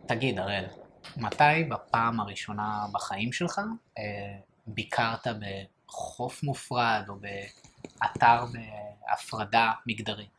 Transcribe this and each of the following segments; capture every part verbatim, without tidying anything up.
תגיד, הראל, מתי בפעם הראשונה בחיים שלך אה, ביקרת בחוף מופרד או באתר בהפרדה מגדרית?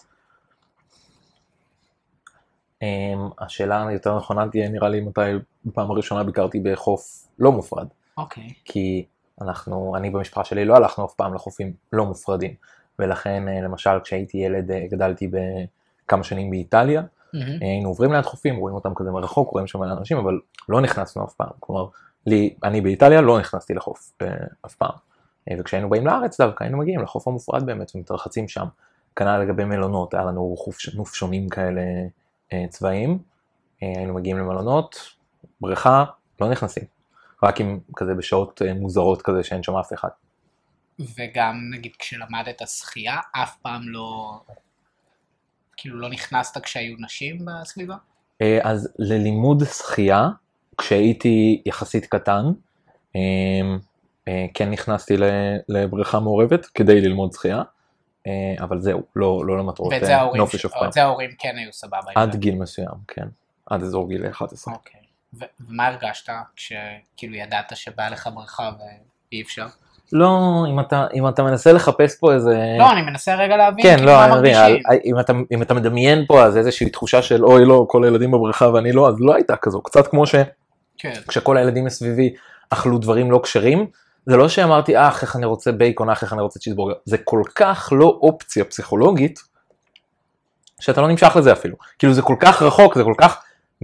אמ, השאלה היותר נכונה תהיה נראה לי מתי בפעם הראשונה ביקרתי בחוף לא מופרד. אוקיי. כי אנחנו, אני במשפחה שלי לא הלכנו אף פעם לחופים לא מופרדים. ולכן אה, למשל כשהייתי ילד אה, גדלתי בכמה שנים באיטליה, Mm-hmm. היינו עוברים ליד חופים, רואים אותם כזה מרחוק, רואים שם אנשים, אבל לא נכנסנו אף פעם. כלומר, לי, אני באיטליה לא נכנסתי לחוף אה, אף פעם. אה, וכשהיינו באים לארץ דווקא היינו מגיעים לחוף המופרד באמת ומתרחצים שם. כנ"ל לגבי מלונות, היה לנו חוף, נופשונים כאלה אה, צבאיים, אה, היינו מגיעים למלונות, בריכה, לא נכנסים. רק עם כזה בשעות אה, מוזרות כזה שאין שם אף אחד. וגם נגיד כשלמדת שחייה, אף פעם לא, כאילו לא נכנסת כשהיו נשים בסביבה? אה, אז ללימוד שחייה, כשהייתי יחסית קטן, אה, אה, כן נכנסתי ל- לבריכה מעורבת כדי ללמוד שחייה, אה, אבל זהו, לא, לא למטרות ואת זה אה, ההורים, נופש ש... אף או פעם. את זה ההורים כן היו סבבה. עם עד זה. גיל מסוים, כן. עד אזור גיל אחת עשרה. אוקיי. ו... ומה הרגשת כשכאילו ידעת שבא לך בריכה ואי אפשר? לא, אם אתה, אם אתה מנסה לחפש פה איזה... לא, אני מנסה רגע להבין כן, כאילו לא, מה אני מבין, מרגישים. על- אם אתה, אם אתה מדמיין פה אז איזושהי תחושה של אוי לא, כל הילדים בבריכה ואני לא, אז לא הייתה כזו. קצת כמו כן. שכשכל הילדים מסביבי אכלו דברים לא כשרים, זה לא שאמרתי, אך, איך אני רוצה בייקון, אך, איך אני רוצה צ'יזבורגר. זה כל כך לא אופציה פסיכולוגית, שאתה לא נמשך לזה אפילו. כאילו זה כל כך רחוק, זה כל כך,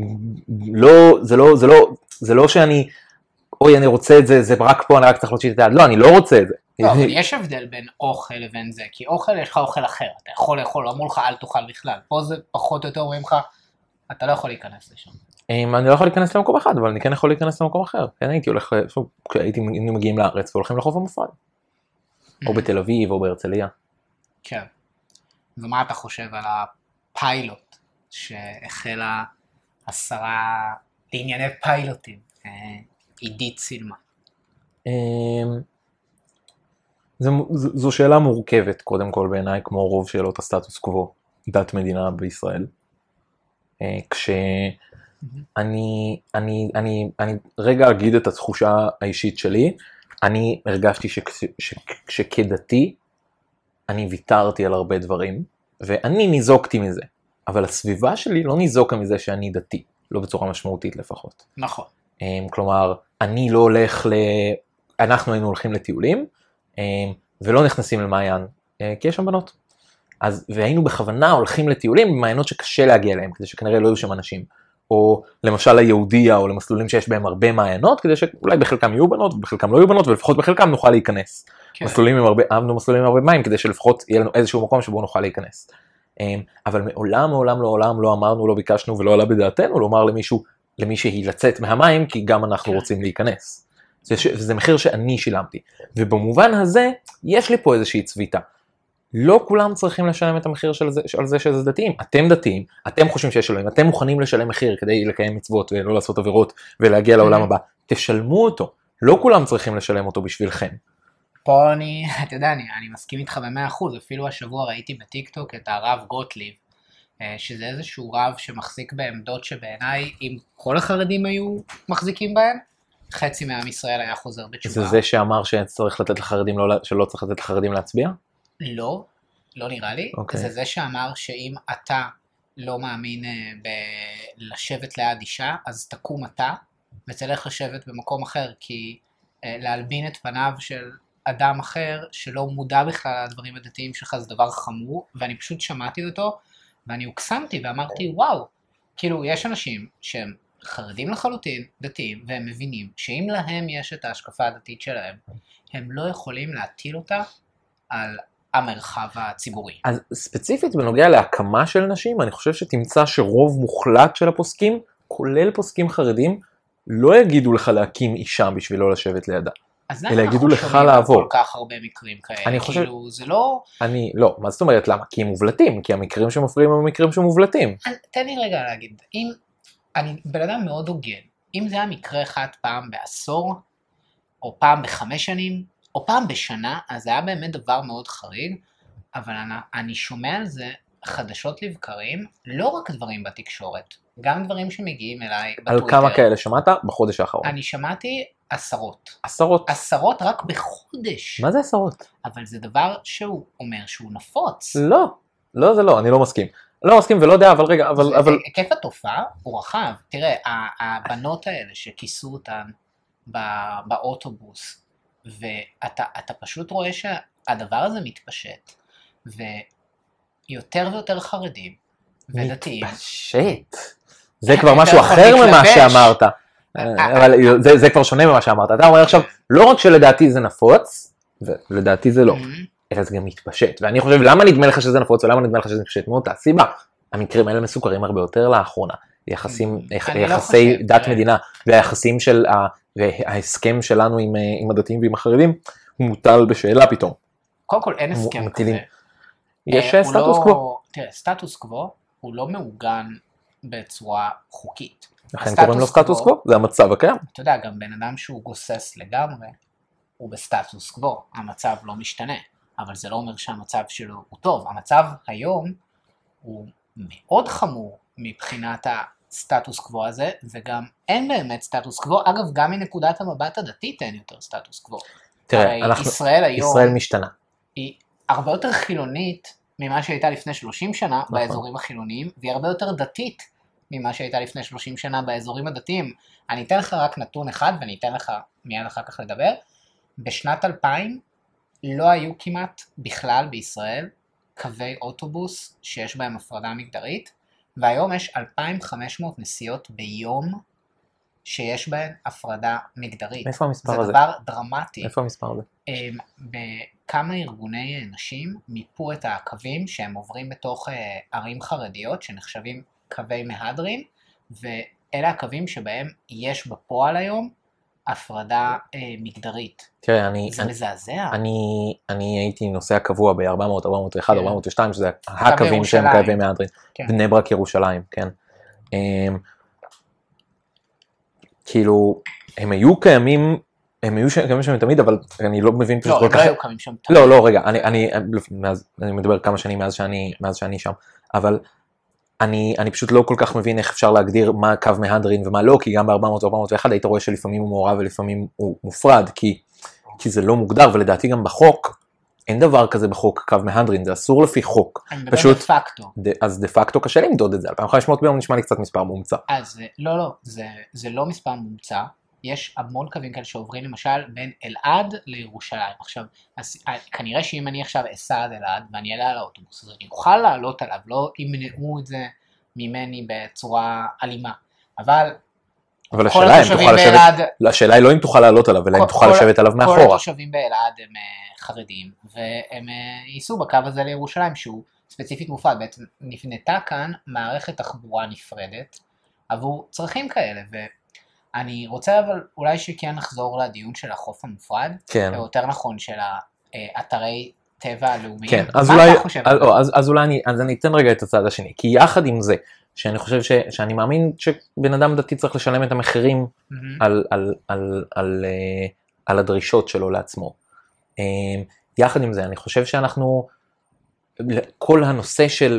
לא, זה לא, זה לא, זה לא שאני, אוי, אני רוצה את זה, זה רק פה, אני רק צריך להוציא את היד. לא, אני לא רוצה את זה. לא, אבל יש הבדל בין אוכל לבין זה, כי אוכל יש לך אוכל אחר, אתה יכול לאכול, לא אמרו לך אל תאכל בכלל, פה זה פחות או יותר אומרים לך, אתה לא יכול להיכנס לשם. אם אני לא יכול להיכנס למקום אחד, אבל אני כן יכול להיכנס למקום אחר. כן, הייתי הולך, שוב, כשהייתי מגיעים לארץ והולכים לחוף המופרד. או בתל אביב, או בהרצליה. כן. ומה אתה חושב על הפיילוט שהחלה השרה לענייני פיילוטים, אה, עידית סילמן? אמ, זו, זו שאלה מורכבת, קודם כל בעיניי, כמו רוב שאלות הסטטוס קוו, דת מדינה בישראל. אה, כשאני, אני, אני, אני רגע אגיד את התחושה האישית שלי, אני הרגשתי שכדתי, אני ויתרתי על הרבה דברים, ואני ניזוקתי מזה, אבל הסביבה שלי לא ניזוקה מזה שאני דתי, לא בצורה משמעותית לפחות. נכון. כלומר, אני לא הולך ל... אנחנו היינו הולכים לטיולים, ולא נכנסים למעיין, כי יש שם בנות. אז, והיינו בכוונה הולכים לטיולים במעיינות שקשה להגיע אליהם, כדי שכנראה לא יהיו שם אנשים. או למשל היהודיה, או למסלולים שיש בהם הרבה מעיינות, כדי שאולי בחלקם יהיו בנות, ובחלקם לא יהיו בנות, ולפחות בחלקם נוכל להיכנס. כן. מסלולים עם הרבה, אהבנו מסלולים עם הרבה מים, כדי שלפחות יהיה לנו איזשהו מקום שבו נוכל להיכנס. אבל מעולם, מעולם, לעולם לא אמרנו, לא ביקשנו ולא עלה בדעתנו, לומר למישהו, למישהי לצאת מהמים, כי גם אנחנו כן. רוצים להיכנס. זה, זה מחיר שאני שילמתי. ובמובן הזה, יש לי פה איזושהי צביטה. לא כולם צריכים לשלם את המחיר של זה, על זה שזה דתיים. אתם דתיים, אתם חושבים שיש אלוהים, אתם מוכנים לשלם מחיר כדי לקיים מצוות ולא לעשות עבירות ולהגיע לעולם הבא. תשלמו אותו. לא כולם צריכים לשלם אותו בשבילכם. פה אני, אתה יודע, אני, אני מסכים איתך במאה אחוז. אפילו השבוע ראיתי בטיקטוק את הרב גוטליב, שזה איזשהו רב שמחזיק בעמדות שבעיניי, אם כל החרדים היו מחזיקים בהן, חצי מעם ישראל היה חוזר בתשובה. זה זה שאמר שצריך לתת לחרדים, לא, שלא צריך לתת לחרדים להצביע? לא, לא נראה לי. Okay. זה זה שאמר שאם אתה לא מאמין בלשבת ליד אישה, אז תקום אתה ותלך לשבת במקום אחר, כי להלבין את פניו של אדם אחר שלא מודע בכלל לדברים הדתיים שלך זה דבר חמור, ואני פשוט שמעתי אותו, ואני הוקסמתי ואמרתי וואו, כאילו יש אנשים שהם חרדים לחלוטין, דתיים, והם מבינים שאם להם יש את ההשקפה הדתית שלהם, הם לא יכולים להטיל אותה על המרחב הציבורי. אז ספציפית בנוגע להקמה של נשים, אני חושב שתמצא שרוב מוחלט של הפוסקים, כולל פוסקים חרדים, לא יגידו לך להקים אישה בשביל לא לשבת לידה. אז למה אנחנו שומעים על כל כך הרבה מקרים כאלה? אני חושב... כאילו, זה לא... אני, לא, מה זאת אומרת למה? כי הם מובלטים, כי המקרים שמפריעים הם המקרים שמובלטים. תן לי רגע להגיד, אם... אני בן אדם מאוד הוגן, אם זה היה מקרה אחד פעם בעשור, או פעם בחמש שנים, או פעם בשנה, אז זה היה באמת דבר מאוד חריג, אבל אני, אני שומע על זה חדשות לבקרים, לא רק דברים בתקשורת, גם דברים שמגיעים אליי בטוויטר. על כמה כאלה שמעת בחודש האחרון? אני שמעתי עשרות. עשרות? עשרות רק בחודש. מה זה עשרות? אבל זה דבר שהוא אומר שהוא נפוץ. לא, לא זה לא, אני לא מסכים. לא מסכים ולא יודע, אבל רגע, אבל... אבל... היקף התופעה הוא רחב. תראה, הבנות האלה שכיסו אותן באוטובוס, ואתה אתה פשוט רואה שהדבר הזה מתפשט, ויותר ויותר חרדים ודתיים. מתפשט? זה כבר משהו אחר ממה שאמרת. אבל זה, זה כבר שונה ממה שאמרת. אתה אומר עכשיו, לא רק שלדעתי זה נפוץ, ולדעתי זה לא, אלא זה גם מתפשט. ואני חושב, למה נדמה לך שזה נפוץ, ולמה נדמה לך שזה מתפשט? מאותה סיבה. המקרים האלה מסוכרים הרבה יותר לאחרונה. יחסים, יחסי דת מדינה, והיחסים של, וההסכם שלנו עם, עם הדתיים ועם החרדים, הוא מוטל בשאלה פתאום. קודם כל אין הסכם כזה. יש סטטוס קוו. תראה, סטטוס קוו הוא לא מעוגן בצורה חוקית. לכן קוראים לו סטטוס קוו, זה המצב הקיים. אתה יודע, גם בן אדם שהוא גוסס לגמרי, הוא בסטטוס קוו, המצב לא משתנה, אבל זה לא אומר שהמצב שלו הוא טוב. המצב היום הוא מאוד חמור מבחינת הסטטוס קוו הזה, וגם אין באמת סטטוס קוו, אגב, גם מנקודת המבט הדתית אין יותר סטטוס קוו. תראה, אנחנו, ישראל היום, ישראל משתנה. היא הרבה יותר חילונית ממה שהייתה לפני שלושים שנה נכון. באזורים החילוניים, והיא הרבה יותר דתית ממה שהייתה לפני שלושים שנה באזורים הדתיים. אני אתן לך רק נתון אחד, ואני אתן לך מיד אחר כך לדבר. בשנת אלפיים לא היו כמעט בכלל בישראל קווי אוטובוס שיש בהם הפרדה מגדרית, והיום יש אלפיים וחמש מאות נסיעות ביום שיש בהן הפרדה מגדרית. איפה המספר זה הזה? זה דבר דרמטי. איפה המספר הזה? בכמה ארגוני נשים מיפו את הקווים שהם עוברים בתוך ערים חרדיות שנחשבים קווי מהדרין, ואלה הקווים שבהם יש בפועל היום הפרדה אה, מגדרית. תראה, אני... זה מזעזע. אני, אני הייתי נוסע קבוע ב-ארבע מאות, ארבע מאות ואחת, ארבע מאות ושתיים, שזה הקווים שהם קווי מהדרין. כן. בני ברק ירושלים, כן. הם, כאילו, הם היו קיימים, הם היו קיימים שם תמיד, אבל אני לא מבין פשוט... לא, הם לא היו קיימים שם תמיד. לא, לא, רגע, אני, אני, מאז, אני מדבר כמה שנים מאז שאני, מאז שאני שם, אבל... אני, אני פשוט לא כל כך מבין איך אפשר להגדיר מה קו מהדרין ומה לא, כי גם ב-ארבע מאות וארבע מאות ואחת היית רואה שלפעמים הוא מעורב ולפעמים הוא מופרד, כי, כי זה לא מוגדר, ולדעתי גם בחוק, אין דבר כזה בחוק קו מהדרין, זה אסור לפי חוק. אני מדבר דה פקטו. אז דה פקטו קשה למדוד את זה, אלפיים וחמש מאות ביום נשמע לי קצת מספר מומצא. אז לא, לא, זה, זה לא מספר מומצא, יש המון קווים כאלה שעוברים למשל בין אלעד לירושלים. עכשיו, אז, כנראה שאם אני עכשיו אסע עד אלעד ואני אעלה על האוטובוס, אז אני אוכל לעלות עליו, לא ימנעו את זה ממני בצורה אלימה. אבל, אבל השאלה, אם תוכל לשבת, באלעד, השאלה היא לא אם תוכל לעלות עליו, אלא אם תוכל לשבת עליו מאחורה. כל התושבים באלעד הם חרדים, והם ייסעו בקו הזה לירושלים, שהוא ספציפית מופרד. בעצם נבנתה כאן מערכת תחבורה נפרדת עבור צרכים כאלה, ו... אני רוצה אבל אולי שכן נחזור לדיון של החוף המופרד, כן. או יותר נכון של האתרי טבע הלאומיים. כן, אז אולי, אז, אז, אז אולי אני, אז אני אתן רגע את הצד השני, כי יחד עם זה, שאני חושב ש, שאני מאמין שבן אדם דתי צריך לשלם את המחירים mm-hmm. על, על, על, על, על הדרישות שלו לעצמו. יחד עם זה, אני חושב שאנחנו, כל הנושא של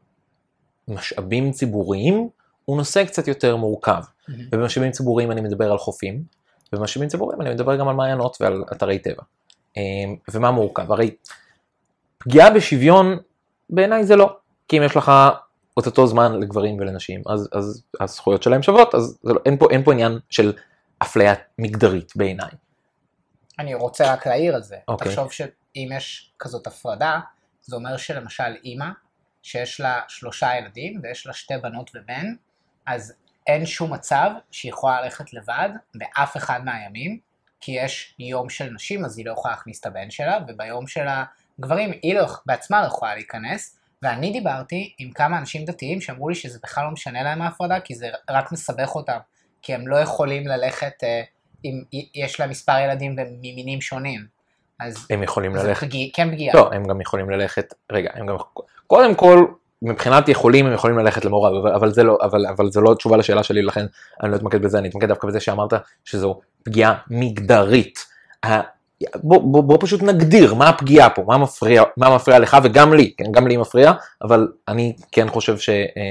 משאבים ציבוריים, הוא נושא קצת יותר מורכב. Mm-hmm. ובמשאבים ציבוריים אני מדבר על חופים, ובמשאבים ציבוריים אני מדבר גם על מעיינות ועל אתרי טבע. ומה מורכב? הרי פגיעה בשוויון בעיניי זה לא, כי אם יש לך את אותו זמן לגברים ולנשים, אז, אז הזכויות שלהם שוות, אז לא, אין, פה, אין פה עניין של אפליה מגדרית בעיניי. אני רוצה רק להעיר על זה. Okay. תחשוב שאם יש כזאת הפרדה, זה אומר שלמשל אימא, שיש לה שלושה ילדים ויש לה שתי בנות ובן, אז אין שום מצב שהיא יכולה ללכת לבד באף אחד מהימים, כי יש יום של נשים, אז היא לא יכולה להכניס את הבן שלה, וביום של הגברים היא לא, בעצמה לא יכולה להיכנס, ואני דיברתי עם כמה אנשים דתיים שאמרו לי שזה בכלל לא משנה להם ההפרדה, כי זה רק מסבך אותם, כי הם לא יכולים ללכת, אם יש להם מספר ילדים ממינים שונים, אז הם יכולים ללכת, פגיע, כן פגיעה. לא, הם גם יכולים ללכת, רגע, הם גם, קודם כל, מבחינת יכולים, הם יכולים ללכת למורה, אבל, אבל, זה לא, אבל, אבל זה לא תשובה לשאלה שלי, לכן אני לא אתמקד בזה, אני אתמקד דווקא בזה שאמרת שזו פגיעה מגדרית. בוא, בוא, בוא פשוט נגדיר מה הפגיעה פה, מה מפריע, מה מפריע לך וגם לי, כן, גם לי מפריע, אבל אני כן חושב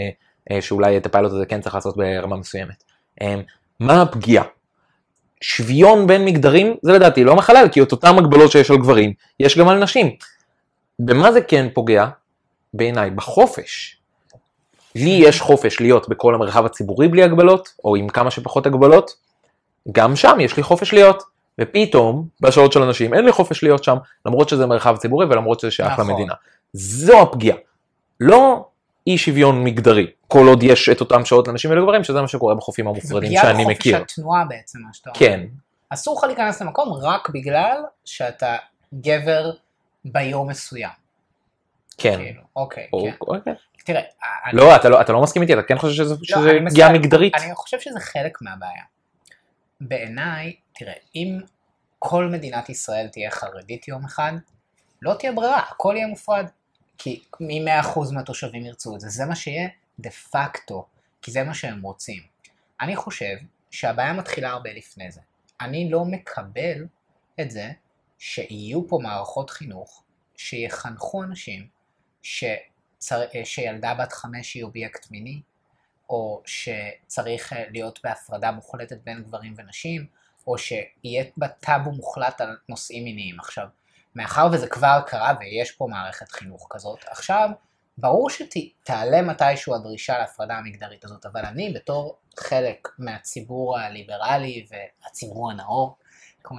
שאולי את הפיילוט הזה כן צריך לעשות ברמה מסוימת. מה הפגיעה? שוויון בין מגדרים, זה לדעתי לא מחלל, כי את אותם הגבלות שיש על גברים, יש גם על נשים. במה זה כן פוגע? בעיניי, בחופש. לי יש חופש להיות בכל המרחב הציבורי בלי הגבלות, או עם כמה שפחות הגבלות, גם שם יש לי חופש להיות, ופתאום, בשעות של אנשים, אין לי חופש להיות שם, למרות שזה מרחב ציבורי, ולמרות שזה שייך נכון. למדינה. זו הפגיעה. לא אי שוויון מגדרי, כל עוד יש את אותם שעות לנשים ולגברים, שזה מה שקורה בחופים המופרדים שאני מכיר. זה פגיעה בחופש התנועה בעצם, מה שאתה אומר. כן. אסור לך להיכנס למקום רק בגלל שאתה גבר ביום מסוים. כן. כאילו, אוקיי, או, כן. אוקיי. תראה, לא, אני... אתה לא, אתה לא מסכים איתי, אתה כן חושב שזה, לא, שזה פגיעה מגדרית? אני חושב שזה חלק מהבעיה. בעיניי, תראה, אם כל מדינת ישראל תהיה חרדית יום אחד, לא תהיה ברירה, הכל יהיה מופרד. כי מ-מאה אחוז מהתושבים ירצו את זה, זה מה שיהיה דה פקטו, כי זה מה שהם רוצים. אני חושב שהבעיה מתחילה הרבה לפני זה. אני לא מקבל את זה שיהיו פה מערכות חינוך, שיחנכו אנשים שצר... שילדה בת חמש היא אובייקט מיני, או שצריך להיות בהפרדה מוחלטת בין גברים ונשים, או שיהיה בטאבו מוחלט על נושאים מיניים. עכשיו, מאחר וזה כבר קרה ויש פה מערכת חינוך כזאת, עכשיו ברור שתעלה מתישהו הדרישה להפרדה המגדרית הזאת, אבל אני בתור חלק מהציבור הליברלי והציבור הנאור, כמו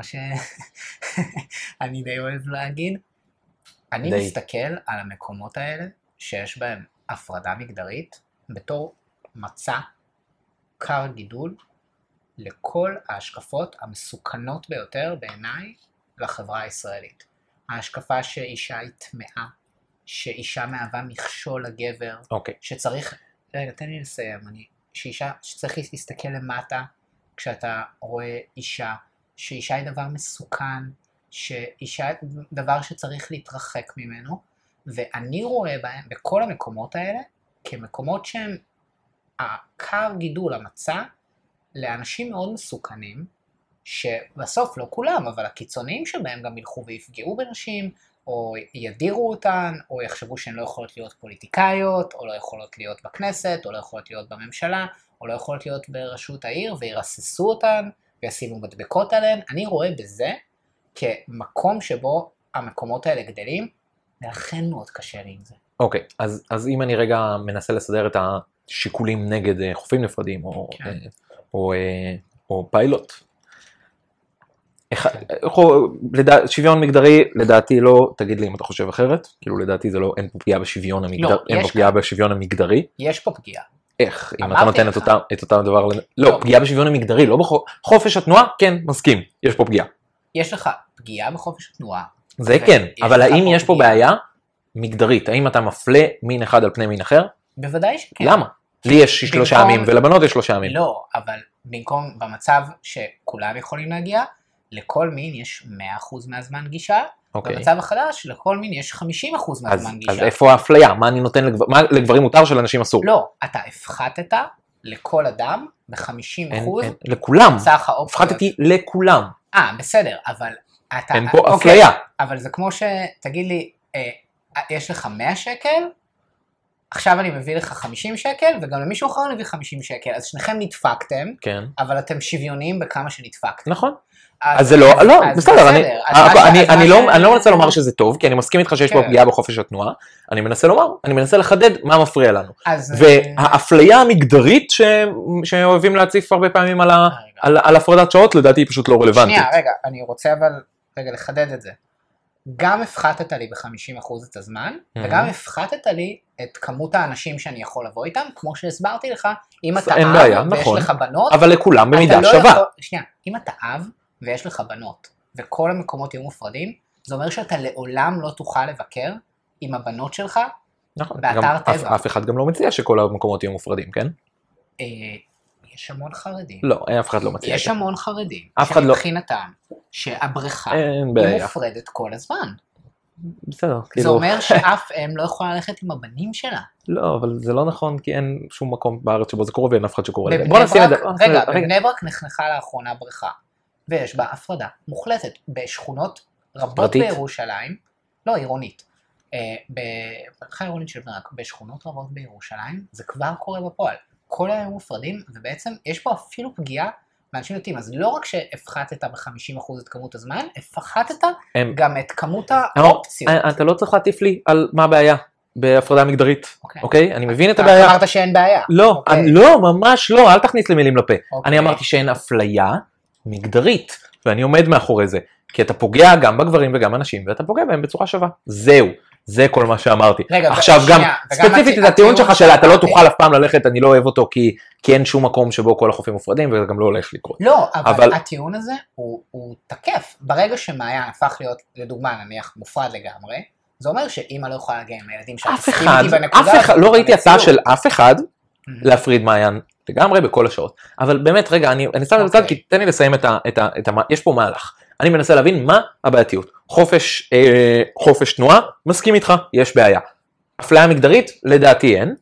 שאני די אוהב להגיד, אני די. מסתכל על המקומות האלה שיש בהם הפרדה מגדרית בתור מצע קר גידול לכל ההשקפות המסוכנות ביותר בעיניי לחברה הישראלית. ההשקפה שאישה היא טמאה, שאישה מהווה מכשול לגבר, okay. שצריך, רגע תן לי לסיים, אני, שאישה, שצריך להסתכל למטה כשאתה רואה אישה, שאישה היא דבר מסוכן, שאישה היא דבר שצריך להתרחק ממנו, ואני רואה בהם, בכל המקומות האלה, כמקומות שהם הקר גידול, המצע, לאנשים מאוד מסוכנים, שבסוף לא כולם, אבל הקיצוניים שבהם גם ילכו ויפגעו בנשים, או ידירו אותן, או יחשבו שהן לא יכולות להיות פוליטיקאיות, או לא יכולות להיות בכנסת, או לא יכולות להיות בממשלה, או לא יכולות להיות בראשות העיר, וירססו אותן, וישימו מדבקות עליהן. אני רואה בזה כמקום שבו המקומות האלה גדלים, ולכן מאוד קשה לי עם זה. אוקיי, okay, אז, אז אם אני רגע מנסה לסדר את השיקולים נגד חופים נפרדים, או, כן. או, או, או פיילוט, שוויון מגדרי, לדעתי לא, תגיד לי אם אתה חושב אחרת, כאילו לדעתי זה לא, אין פה פגיעה בשוויון המגדרי, אין פה פגיעה בשוויון המגדרי. יש פה פגיעה. איך? אם אתה נותן את אותם דבר, לא, פגיעה בשוויון המגדרי, לא בחופש התנועה, כן, מסכים, יש פה פגיעה. יש לך פגיעה בחופש התנועה. זה כן, אבל האם יש פה בעיה מגדרית? האם אתה מפלה מין אחד על פני מין אחר? בוודאי שכן. למה? לי יש שלושה ימים ולבנות יש שלושה ימים. לא, אבל במקום, במצב שכולם יכולים להגיע, לכל מין יש מאה אחוז מהזמן גישה, okay. במצב החדש לכל מין יש חמישים אחוז מהזמן אז, גישה. אז איפה האפליה? מה אני נותן לגבר, מה לגברים מותר שלאנשים אסור? לא, אתה הפחתת לכל אדם ב-חמישים אחוז. אין, אין, לכולם, סך האופציות. הפחתתי לכולם. אה, בסדר, אבל אתה... אין פה אוקיי, אפליה. אבל זה כמו שתגיד לי, אה, יש לך מאה שקל, עכשיו אני מביא לך חמישים שקל, וגם למישהו אחר נביא חמישים שקל, אז שניכם נדפקתם, כן. אבל אתם שוויוניים בכמה שנדפקתם. נכון. אז זה לא, לא, בסדר, אני לא רוצה לומר שזה טוב, כי אני מסכים איתך שיש פה פגיעה בחופש התנועה, אני מנסה לומר, אני מנסה לחדד מה מפריע לנו. והאפליה המגדרית שאוהבים להציף הרבה פעמים על הפרדת שעות, לדעתי היא פשוט לא רלוונטית. שנייה, רגע, אני רוצה אבל רגע לחדד את זה. גם הפחתת לי ב-חמישים אחוז את הזמן, וגם הפחתת לי את כמות האנשים שאני יכול לבוא איתם, כמו שהסברתי לך, אם אתה אב ויש לך בנות, אבל לכולם במידה שווה. שנייה, אם אתה אב ויש לך בנות, וכל המקומות יהיו מופרדים, זה אומר שאתה לעולם לא תוכל לבקר עם הבנות שלך באתר טבע. אף אחד גם לא מציע שכל המקומות יהיו מופרדים, כן? יש המון חרדים. לא, אף אחד לא מציע. יש המון חרדים. אף אחד לא. שמבחינתם שהבריכה היא מופרדת כל הזמן. בסדר. זה אומר שאף אם לא יכולה ללכת עם הבנים שלה. לא, אבל זה לא נכון, כי אין שום מקום בארץ שבו זה קורה ואין אף אחד שקורה. רגע, בבני ברק נחנכה לאחרונה בריכה, ויש בה הפרדה מוחלטת בשכונות רבות בירושלים, לא עירונית, במרחב העירונית של בני ברק, בשכונות רבות בירושלים, זה כבר קורה בפועל. כל היום מופרדים, ובעצם יש פה אפילו פגיעה באנשים דתיים. אז לא רק שהפחתת ב-חמישים אחוז את כמות הזמן, הפחתת גם את כמות האופציות. אתה לא צריך להטיף לי על מה הבעיה בהפרדה מגדרית, אוקיי? אני מבין את הבעיה. אתה אמרת שאין בעיה. לא, לא, ממש לא, אל תכניס לי מילים לפה. אני אמרתי שאין אפליה מגדרית, ואני עומד מאחורי זה, כי אתה פוגע גם בגברים וגם אנשים, ואתה פוגע בהם בצורה שווה. זהו. זה כל מה שאמרתי. עכשיו גם, ספציפית את הטיעון שלך שלה, אתה לא תוכל אף פעם ללכת, אני לא אוהב אותו, כי אין שום מקום שבו כל החופים מופרדים, וזה גם לא הולך לקרות. לא, אבל הטיעון הזה הוא תקף. ברגע שמעיין הפך להיות, לדוגמה, נניח מופרד לגמרי, זה אומר שאמא לא יכולה להגיע עם הילדים שאת תסכים איתי בנקודה. לא ראיתי הצעה של אף אחד להפריד מעיין לגמרי בכל השעות. אבל באמת, רגע, אני שם לצד, כי תן לי לסיים את ה... יש פה מהלך. אני מנסה להבין מה הבעייתיות. חופש, אה, חופש תנועה, מסכים איתך, יש בעיה. אפליה מגדרית, לדעתי אין.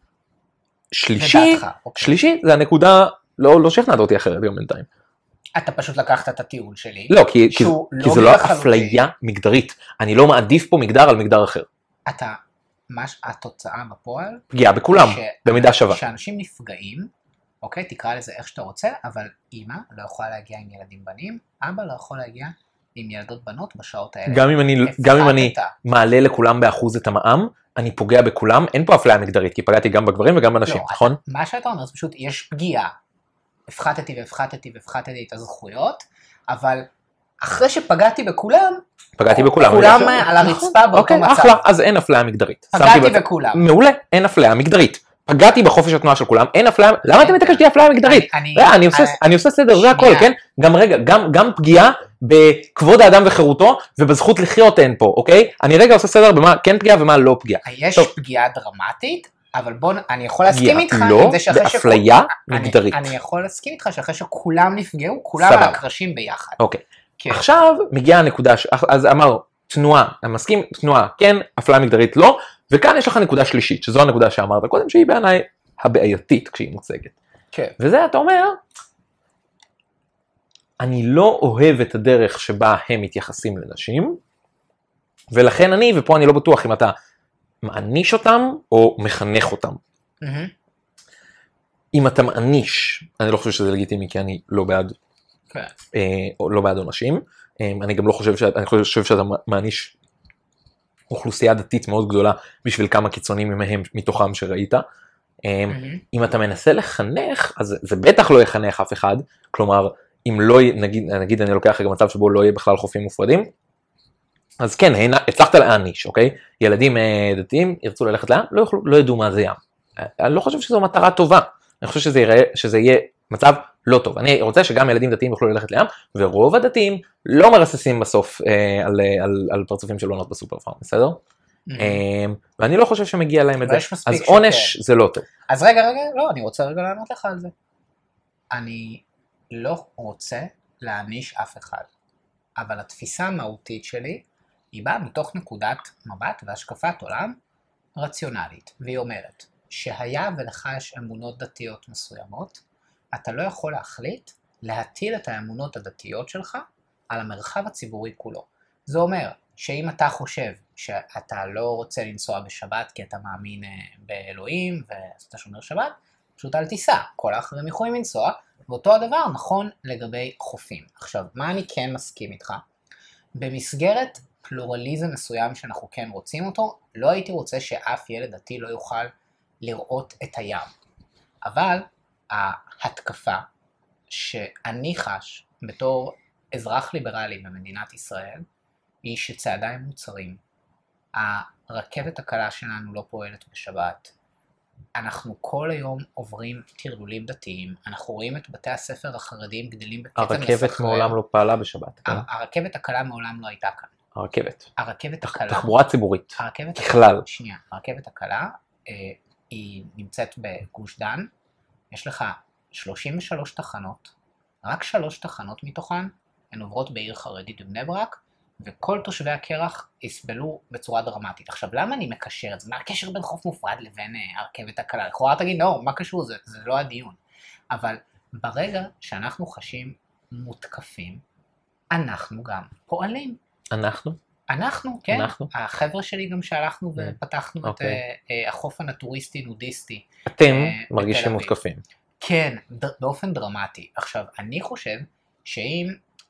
שלישי, שלישי, זה הנקודה, לא, לא שכנעת אותי אחרת גם בינתיים. אתה פשוט לקחת את הטיעון שלי. לא, כי, כי, כי זו לא אפליה מגדרית. אני לא מעדיף פה מגדר על מגדר אחר. אתה, מה התוצאה בפועל? פגיעה בכולם, במידה שווה. שאנשים נפגעים, אוקיי, תקרא לזה איך שאתה רוצה, אבל אמא לא יכולה להגיע עם ילדים בנים, אבא לא יכול להגיע עם ילדות בנות בשעות האלה. גם אם אני, גם אם אני מעלה לכולם באחוז את המע"מ, אני פוגע בכולם, אין פה אפליה מגדרית, כי פגעתי גם בגברים וגם בנשים, לא, נכון? מה שאתה אומר, זה פשוט, יש פגיעה, הפחתתי והפחתתי והפחתתי את הזכויות, אבל אחרי שפגעתי בכולם, פגעתי בכולם. כולם על הרצפה באותו אוקיי, מצב. אחלה, אז אין אפליה מגדרית. פגעתי בכולם. מעולה, אין אפליה מגדרית. פגעתי בחופש התנועה של כולם, אין אפליה, למה אתה מתעקש שתהיה אפליה מגדרית? אני עושה סדר, זה הכל, כן? גם רגע, גם פגיעה בכבוד האדם וחירותו, ובזכות לחיות אין פה, אוקיי? אני רגע עושה סדר במה כן פגיעה ומה לא פגיעה. יש פגיעה דרמטית, אבל בוא, אני יכול להסכים איתך, לא, באפליה מגדרית. אני יכול להסכים איתך שאחרי שכולם נפגעו, כולם על הקרשים ביחד. אוקיי. עכשיו מגיעה הנקודה, אז אמרנו, תנועה, אני מסכים, תנועה, כן, אפליה מגדרית לא, וכאן יש לך נקודה שלישית, שזו הנקודה שאמרת קודם, שהיא בעיניי הבעייתית כשהיא מוצגת. כן. וזה אתה אומר, אני לא אוהב את הדרך שבה הם מתייחסים לנשים, ולכן אני, ופה אני לא בטוח אם אתה מעניש אותם או מחנך אותם. Mm-hmm. אם אתה מעניש, אני לא חושב שזה לגיטימי, כי אני לא בעד, כן. אה, או לא בעד אנשים, אני גם לא חושב שאת, אני חושב שאתה מעניש אוכלוסייה דתית מאוד גדולה בשביל כמה קיצונים מהם, מתוכם שראית. Mm-hmm. אם אתה מנסה לחנך, אז זה בטח לא יחנך אף אחד, כלומר, אם לא, נגיד, נגיד אני לוקח רגע מצב שבו לא יהיה בכלל חופים מופרדים, אז כן, הנה, הצלחת להעניש, אוקיי? ילדים דתיים ירצו ללכת לים, לא יוכלו, לא ידעו מה זה ים. אני לא חושב שזו מטרה טובה, אני חושב שזה יראה, שזה יהיה מצב לא טוב. אני רוצה שגם ילדים דתיים יוכלו ללכת לים, ורוב הדתיים לא מרססים בסוף אה, על, על, על פרצופים של עונות בסופר פארם, בסדר? Mm-hmm. אה, ואני לא חושב שמגיע להם את זה. אז עונש זה לא טוב. אז רגע, רגע, לא, אני רוצה רגע לענות לך על זה. אני לא רוצה להעניש אף אחד, אבל התפיסה המהותית שלי היא באה מתוך נקודת מבט והשקפת עולם רציונלית, והיא אומרת שהיה ולך יש אמונות דתיות מסוימות, אתה לא יכול להחליט להטיל את האמונות הדתיות שלך על המרחב הציבורי כולו. זה אומר שאם אתה חושב שאתה לא רוצה לנסוע בשבת כי אתה מאמין באלוהים ואתה שומר שבת, פשוט אל תיסע, כל האחרים יכולים לנסוע, ואותו הדבר נכון לגבי חופים. עכשיו, מה אני כן מסכים איתך? במסגרת פלורליזם מסוים שאנחנו כן רוצים אותו, לא הייתי רוצה שאף ילד דתי לא יוכל לראות את הים. אבל ההתקפה שאני חש בתור אזרח ליברלי במדינת ישראל, היא שצעדיי מוצרים. הרכבת הקלה שלנו לא פועלת בשבת. אנחנו כל היום עוברים תרלולים דתיים, אנחנו רואים את בתי הספר החרדיים גדלים בקצב מסחרר. הרכבת מעולם לא פעלה בשבת. כן? הרכבת הקלה מעולם לא הייתה כאן. הרכבת. הרכבת הקלה. תחבורה ציבורית. הרכבת ככלל. שנייה, הרכבת הקלה אה, היא נמצאת בגוש דן, יש לך שלושים ושלוש תחנות, רק שלוש תחנות מתוכן, הן עוברות בעיר חרדית בבני ברק, וכל תושבי הקרח יסבלו בצורה דרמטית. עכשיו, למה אני מקשר את זה? מה הקשר בין חוף מופרד לבין uh, הרכבת הקלה? לכאורה תגיד, לא, מה קשור? זה, זה לא הדיון. אבל ברגע שאנחנו חשים מותקפים, אנחנו גם פועלים. אנחנו? אנחנו, כן, אנחנו? החבר'ה שלי גם שהלכנו ופתחנו את אוקיי. החוף הנטוריסטי נודיסטי. אתם מרגישים מותקפים. כן, באופן דרמטי. עכשיו, אני חושב שאם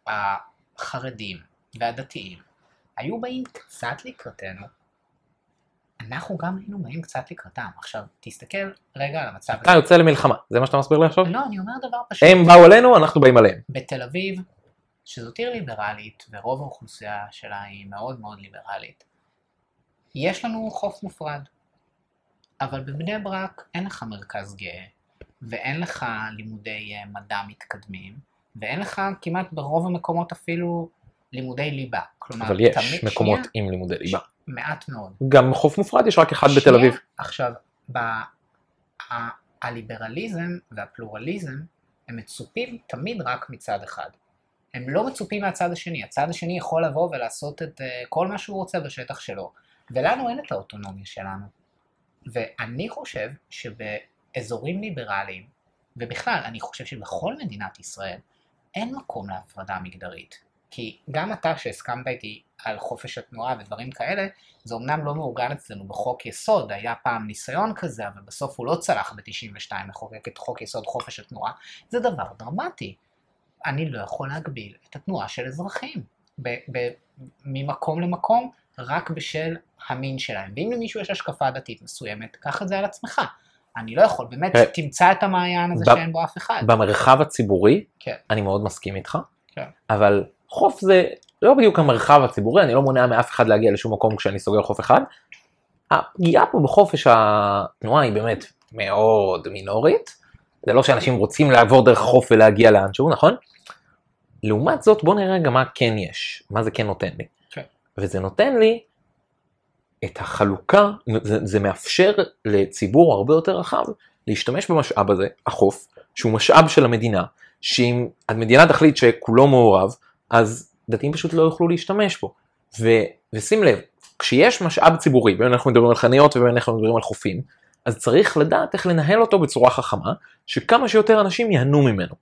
החרדים והדתיים היו באים קצת לקראתנו, אנחנו גם היינו באים קצת לקראתם. עכשיו, תסתכל רגע על המצב הזה. אתה יוצא למלחמה, זה מה שאתה מסביר לי עכשיו? לא, אני אומר דבר פשוט. הם באו עלינו, אנחנו באים עליהם. בתל אביב, שזאת עיר ליברלית, ורוב האוכלוסייה שלה היא מאוד מאוד ליברלית, יש לנו חוף מופרד. אבל בבני ברק אין לך מרכז גאה, ואין לך לימודי מדע מתקדמים, ואין לך כמעט ברוב המקומות אפילו לימודי ליבה. כלומר, אבל יש מקומות שנייה, עם לימודי ליבה. מעט מאוד. גם חוף מופרד יש רק אחד שנייה, בתל אביב. עכשיו, ב... ה... הליברליזם והפלורליזם הם מצופים תמיד רק מצד אחד. הם לא מצופים מהצד השני. הצד השני יכול לבוא ולעשות את כל מה שהוא רוצה בשטח שלו. ולנו אין את האוטונומיה שלנו. ואני חושב שבאזורים ליברליים, ובכלל אני חושב שבכל מדינת ישראל, אין מקום להפרדה מגדרית. כי גם אתה שהסכמת איתי על חופש התנועה ודברים כאלה, זה אומנם לא מעוגן אצלנו בחוק יסוד, היה פעם ניסיון כזה, אבל בסוף הוא לא צלח ב-תשעים ושתיים לחוקק את חוק יסוד חופש התנועה, זה דבר דרמטי. אני לא יכול להגביל את התנועה של אזרחים, ב- ב- ממקום למקום, רק בשל המין שלהם. ואם למישהו יש השקפה דתית מסוימת, קח את זה על עצמך. אני לא יכול, באמת, תמצא את המעיין הזה שאין בו אף אחד. במרחב הציבורי, כן. אני מאוד מסכים איתך, כן. אבל חוף זה לא בדיוק המרחב הציבורי, אני לא מונע מאף אחד להגיע לשום מקום כשאני סוגר חוף אחד. הפגיעה פה בחופש התנועה היא באמת מאוד מינורית, זה לא שאנשים רוצים לעבור דרך חוף ולהגיע לאנשהו, נכון? לעומת זאת, בוא נראה גם מה כן יש, מה זה כן נותן לי. כן. וזה נותן לי את החלוקה, זה, זה מאפשר לציבור הרבה יותר רחב להשתמש במשאב הזה, החוף, שהוא משאב של המדינה, שאם המדינה תחליט שכולו מעורב, אז דתיים פשוט לא יוכלו להשתמש בו. ו, ושים לב, כשיש משאב ציבורי, בין אנחנו מדברים על חניות ובין אנחנו מדברים על חופים, אז צריך לדעת איך לנהל אותו בצורה חכמה, שכמה שיותר אנשים יהנו ממנו.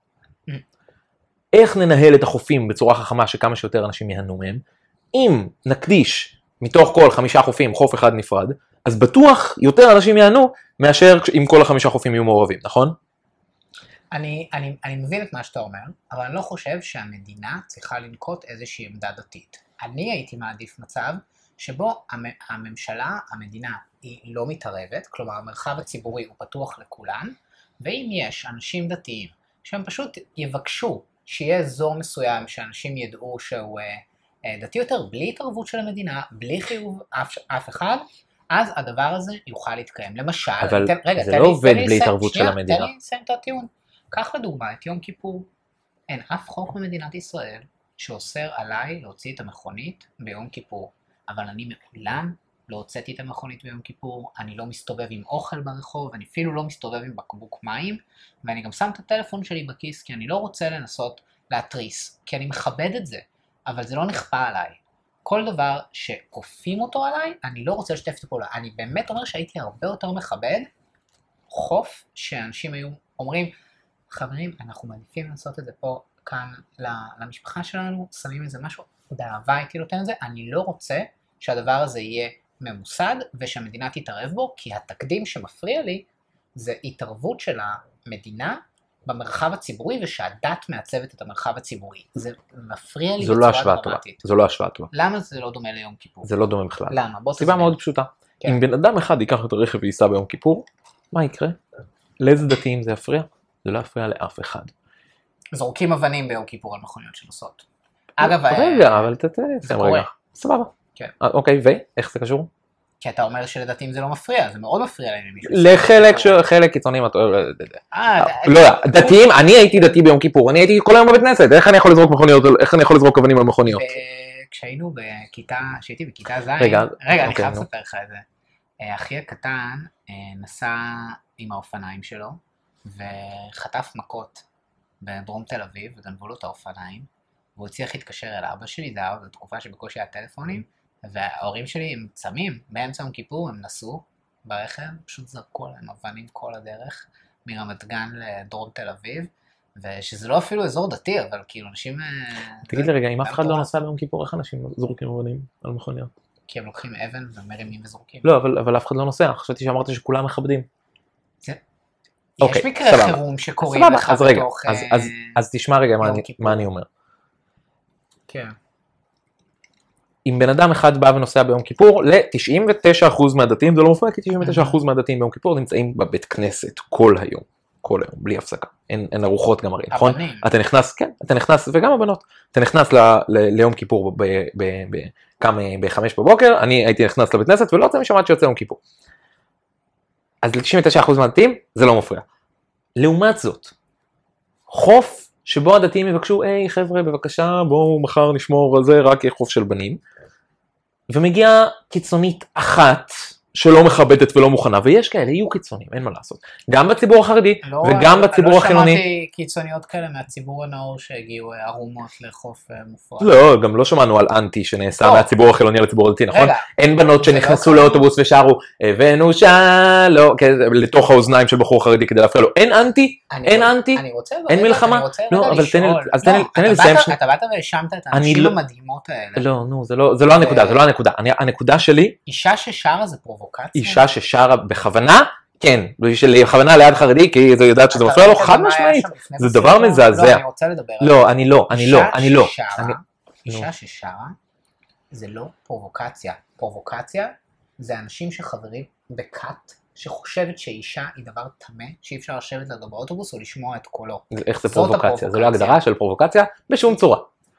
איך ננהל את החופים בצורה חכמה שכמה שיותר אנשים יהנו מהם? אם נקדיש מתוך כל חמישה חופים חוף אחד נפרד, אז בטוח יותר אנשים יענו מאשר אם כל החמישה חופים יהיו מעורבים, נכון? אני, אני, אני מבין את מה שאתה אומר, אבל אני לא חושב שהמדינה צריכה לנקוט איזושהי עמדה דתית. אני הייתי מעדיף מצב שבו הממשלה, המדינה, היא לא מתערבת, כלומר המרחב הציבורי הוא פתוח לכולן, ואם יש אנשים דתיים שהם פשוט יבקשו שיהיה אזור מסוים שאנשים ידעו שהוא דתי יותר, בלי התערבות של המדינה, בלי חיוב אף, אף אחד, אז הדבר הזה יוכל להתקיים. למשל, אבל תן, רגע, זה תן לא לי, עובד תן בלי לי התערבות שנייה, של המדינה. תן לי לסיים את הטיעון. קח לדוגמה את יום כיפור. אין אף חוק במדינת ישראל שאוסר עליי להוציא את המכונית ביום כיפור. אבל אני מעולם לא הוצאתי את המכונית ביום כיפור, אני לא מסתובב עם אוכל ברחוב, אני אפילו לא מסתובב עם בקבוק מים, ואני גם שם את הטלפון שלי בכיס, כי אני לא רוצה לנסות להתריס, כי אני מכבד את זה, אבל זה לא נכפה עליי. כל דבר שכופים אותו עליי, אני לא רוצה לשתף את הפעולה. אני באמת אומר שהייתי הרבה יותר מכבד חוף שאנשים היו אומרים, חברים, אנחנו מעדיפים לעשות את זה פה, כאן למשפחה שלנו, שמים איזה משהו, באהבה הייתי נותן את זה, אני לא רוצה שהדבר הזה יהיה ממוסד ושהמדינה תתערב בו, כי התקדים שמפריע לי זה התערבות של המדינה במרחב הציבורי ושהדת מעצבת את המרחב הציבורי. זה מפריע לי בצורה דרמטית. זו לא השוואה טובה. למה זה לא דומה ליום כיפור? זה לא דומה בכלל. למה? סיבה מאוד פשוטה. כן. אם בן אדם אחד ייקח את הרכב וייסע ביום כיפור, מה יקרה? לאיזה דתיים זה יפריע? זה לא יפריע לאף אחד. זורקים אבנים ביום כיפור על מכוניות שנוסעות. אגב, רגע, אבל תתן לי רגע. סבבה. כן. אוקיי, ואיך זה קשור? כי אתה אומר שלדתיים זה לא מפריע, זה מאוד מפריע להם למישהו. לחלק, חלק קיצונים, לא, דתיים, אני הייתי דתי ביום כיפור, אני הייתי כל היום בבית כנסת, איך אני יכול לזרוק מכוניות, איך אני יכול לזרוק אבנים על מכוניות? כשהיינו בכיתה, כשהייתי בכיתה ז', רגע, אני חייב לספר לך את זה. אחי הקטן נסע עם האופניים שלו, וחטף מכות בדרום תל אביב, וגנבו לו את האופניים, והוא הצליח להתקשר אל אבא שלי, זה היה בתקופה שבקושי היה טלפונים, וההורים שלי הם צמים, באמצע יום כיפור הם נסעו ברכב, פשוט זרקו להם אבנים כל הדרך, מרמת גן לדרום תל אביב, ושזה לא אפילו אזור דתי, אבל כאילו אנשים... תגיד לי רגע, אם אף אחד לא נוסע ביום כיפור, איך אנשים זורקים אבנים על מכוניות? כי הם לוקחים אבן ומרימים וזורקים. לא, אבל אף אחד לא נוסע, חשבתי שאמרת שכולם מכבדים. יש מקרה חירום שקוראים לך בתוך... אז תשמע רגע מה אני אומר. כן. אם בן אדם אחד בא ונוסע ביום כיפור, ל-תשעים ותשעה אחוז מהדתיים, זה לא מופיע, כי תשעים ותשעה אחוז מהדתיים ביום כיפור נמצאים בבית כנסת כל היום, כל היום, בלי הפסקה. אין, אין ארוחות גם הרי, נכון? אתה נכנס, כן, אתה נכנס, וגם הבנות, אתה נכנס ל, ל, ליום כיפור ב, ב, ב, קם בחמש בבוקר, אני הייתי נכנס לבית כנסת, ולא רוצה משמעת שיוצא יום כיפור. אז ל-תשעים ותשעה אחוז מהדתיים, זה לא מופיע. לעומת זאת, חוף שבו הדתיים יבקשו, היי חבר'ה, בבקשה, בואו מחר נשמור על זה, רק חוף של בנים. ומגיעה קיצונית אחת שלא מכבדת ולא מוכנה, ויש כאלה, יהיו קיצונים, אין מה לעשות. גם בציבור החרדי לא, וגם בציבור החילוני. לא שמעתי קיצוניות כאלה מהציבור הנאור שהגיעו ערומות לחוף מופרע. לא, גם לא שמענו על אנטי שנעשה לא. מהציבור החילוני לציבור הדתי, נכון? רגע, אין בנות שנכנסו לא לאוטובוס ושרו, הבאנו שלום, לתוך האוזניים של בחור חרדי כדי להפריע לו. אין אנטי, אין אני, אנטי, אני רוצה, אין רגע, מלחמה. אני רוצה לא, רגע אבל לשאול. תן לי, אז תן לי, לא, תן לי אתה לסיים. באת, אתה באת והאשמת את האנשים לא, המדהימות האלה. לא, נו, זה לא, זה לא הנקודה, זה לא הנקודה. אני, הנקודה שלי, אישה ששרה זה פרובוקציה? אישה ששרה בכוונה, כן, בכוונה ליד חרדי, כי זה יודעת שזה מפריע לו, חד משמעית, זה דבר מזעזע. לא, אני רוצה לדבר על זה. לא, אני לא, אני לא, אני לא. אישה ששרה, זה לא פרובוקציה. פרובוקציה זה אנשים שחברים בכת, שחושבת שאישה היא דבר תמה, שאי אפשר לשבת לידו באוטובוס או לשמוע את קולו. איך זה פרובוקציה? זה לא הגדרה של פרובוקציה בשום צורה.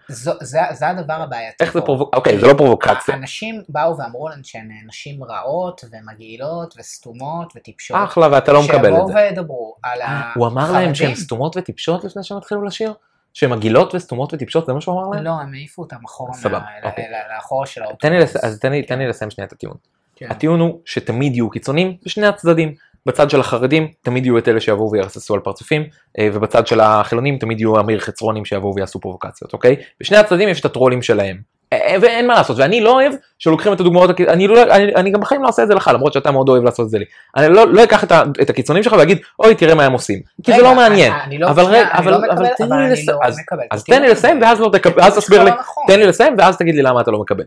זה הדבר הבעייתי. איך זה פרובוקציה? אוקיי, זה לא פרובוקציה. אנשים באו ואמרו להם שהן נשים רעות ומגעילות וסתומות וטיפשות. אחלה, ואתה לא מקבל את שיבואו זה. וידברו על החרדים. הוא אמר להם שהן סתומות וטיפשות לפני שהם התחילו לשיר? שהן מגעילות וסתומות וטיפשות, זה מה שהוא אמר להם? לא, הם העיפו אותם אחורה לאחורה של האוטובוס. אז תן לי לסיים שנייה את הטיעון. הטיעון הוא שתמיד יהיו קיצונים בשני הצדדים. בצד של החרדים תמיד יהיו את אלה שיבואו וירססו על פרצופים, ובצד של החילונים תמיד יהיו אמיר חצרונים שיבואו ויעשו פרובוקציות, אוקיי? בשני הצדדים יש את הטרולים שלהם, ואין מה לעשות, ואני לא אוהב שלוקחים את הדוגמאות, אני, לא, אני, אני גם בחיים לא עושה את זה לך, למרות שאתה מאוד אוהב לעשות את זה לי. אני לא, לא אקח את, ה, את הקיצונים שלך ואגיד, אוי, תראה מה הם עושים, כי רגע, זה לא מעניין. אני, אני לא אבל רגע, אבל, לא אבל תן לי לסיים, אז, אז תן לי לסיים ואז לא תקבל, אז תסביר לי, תן לי לסיים ואז תגיד לי למה אתה לא מקבל.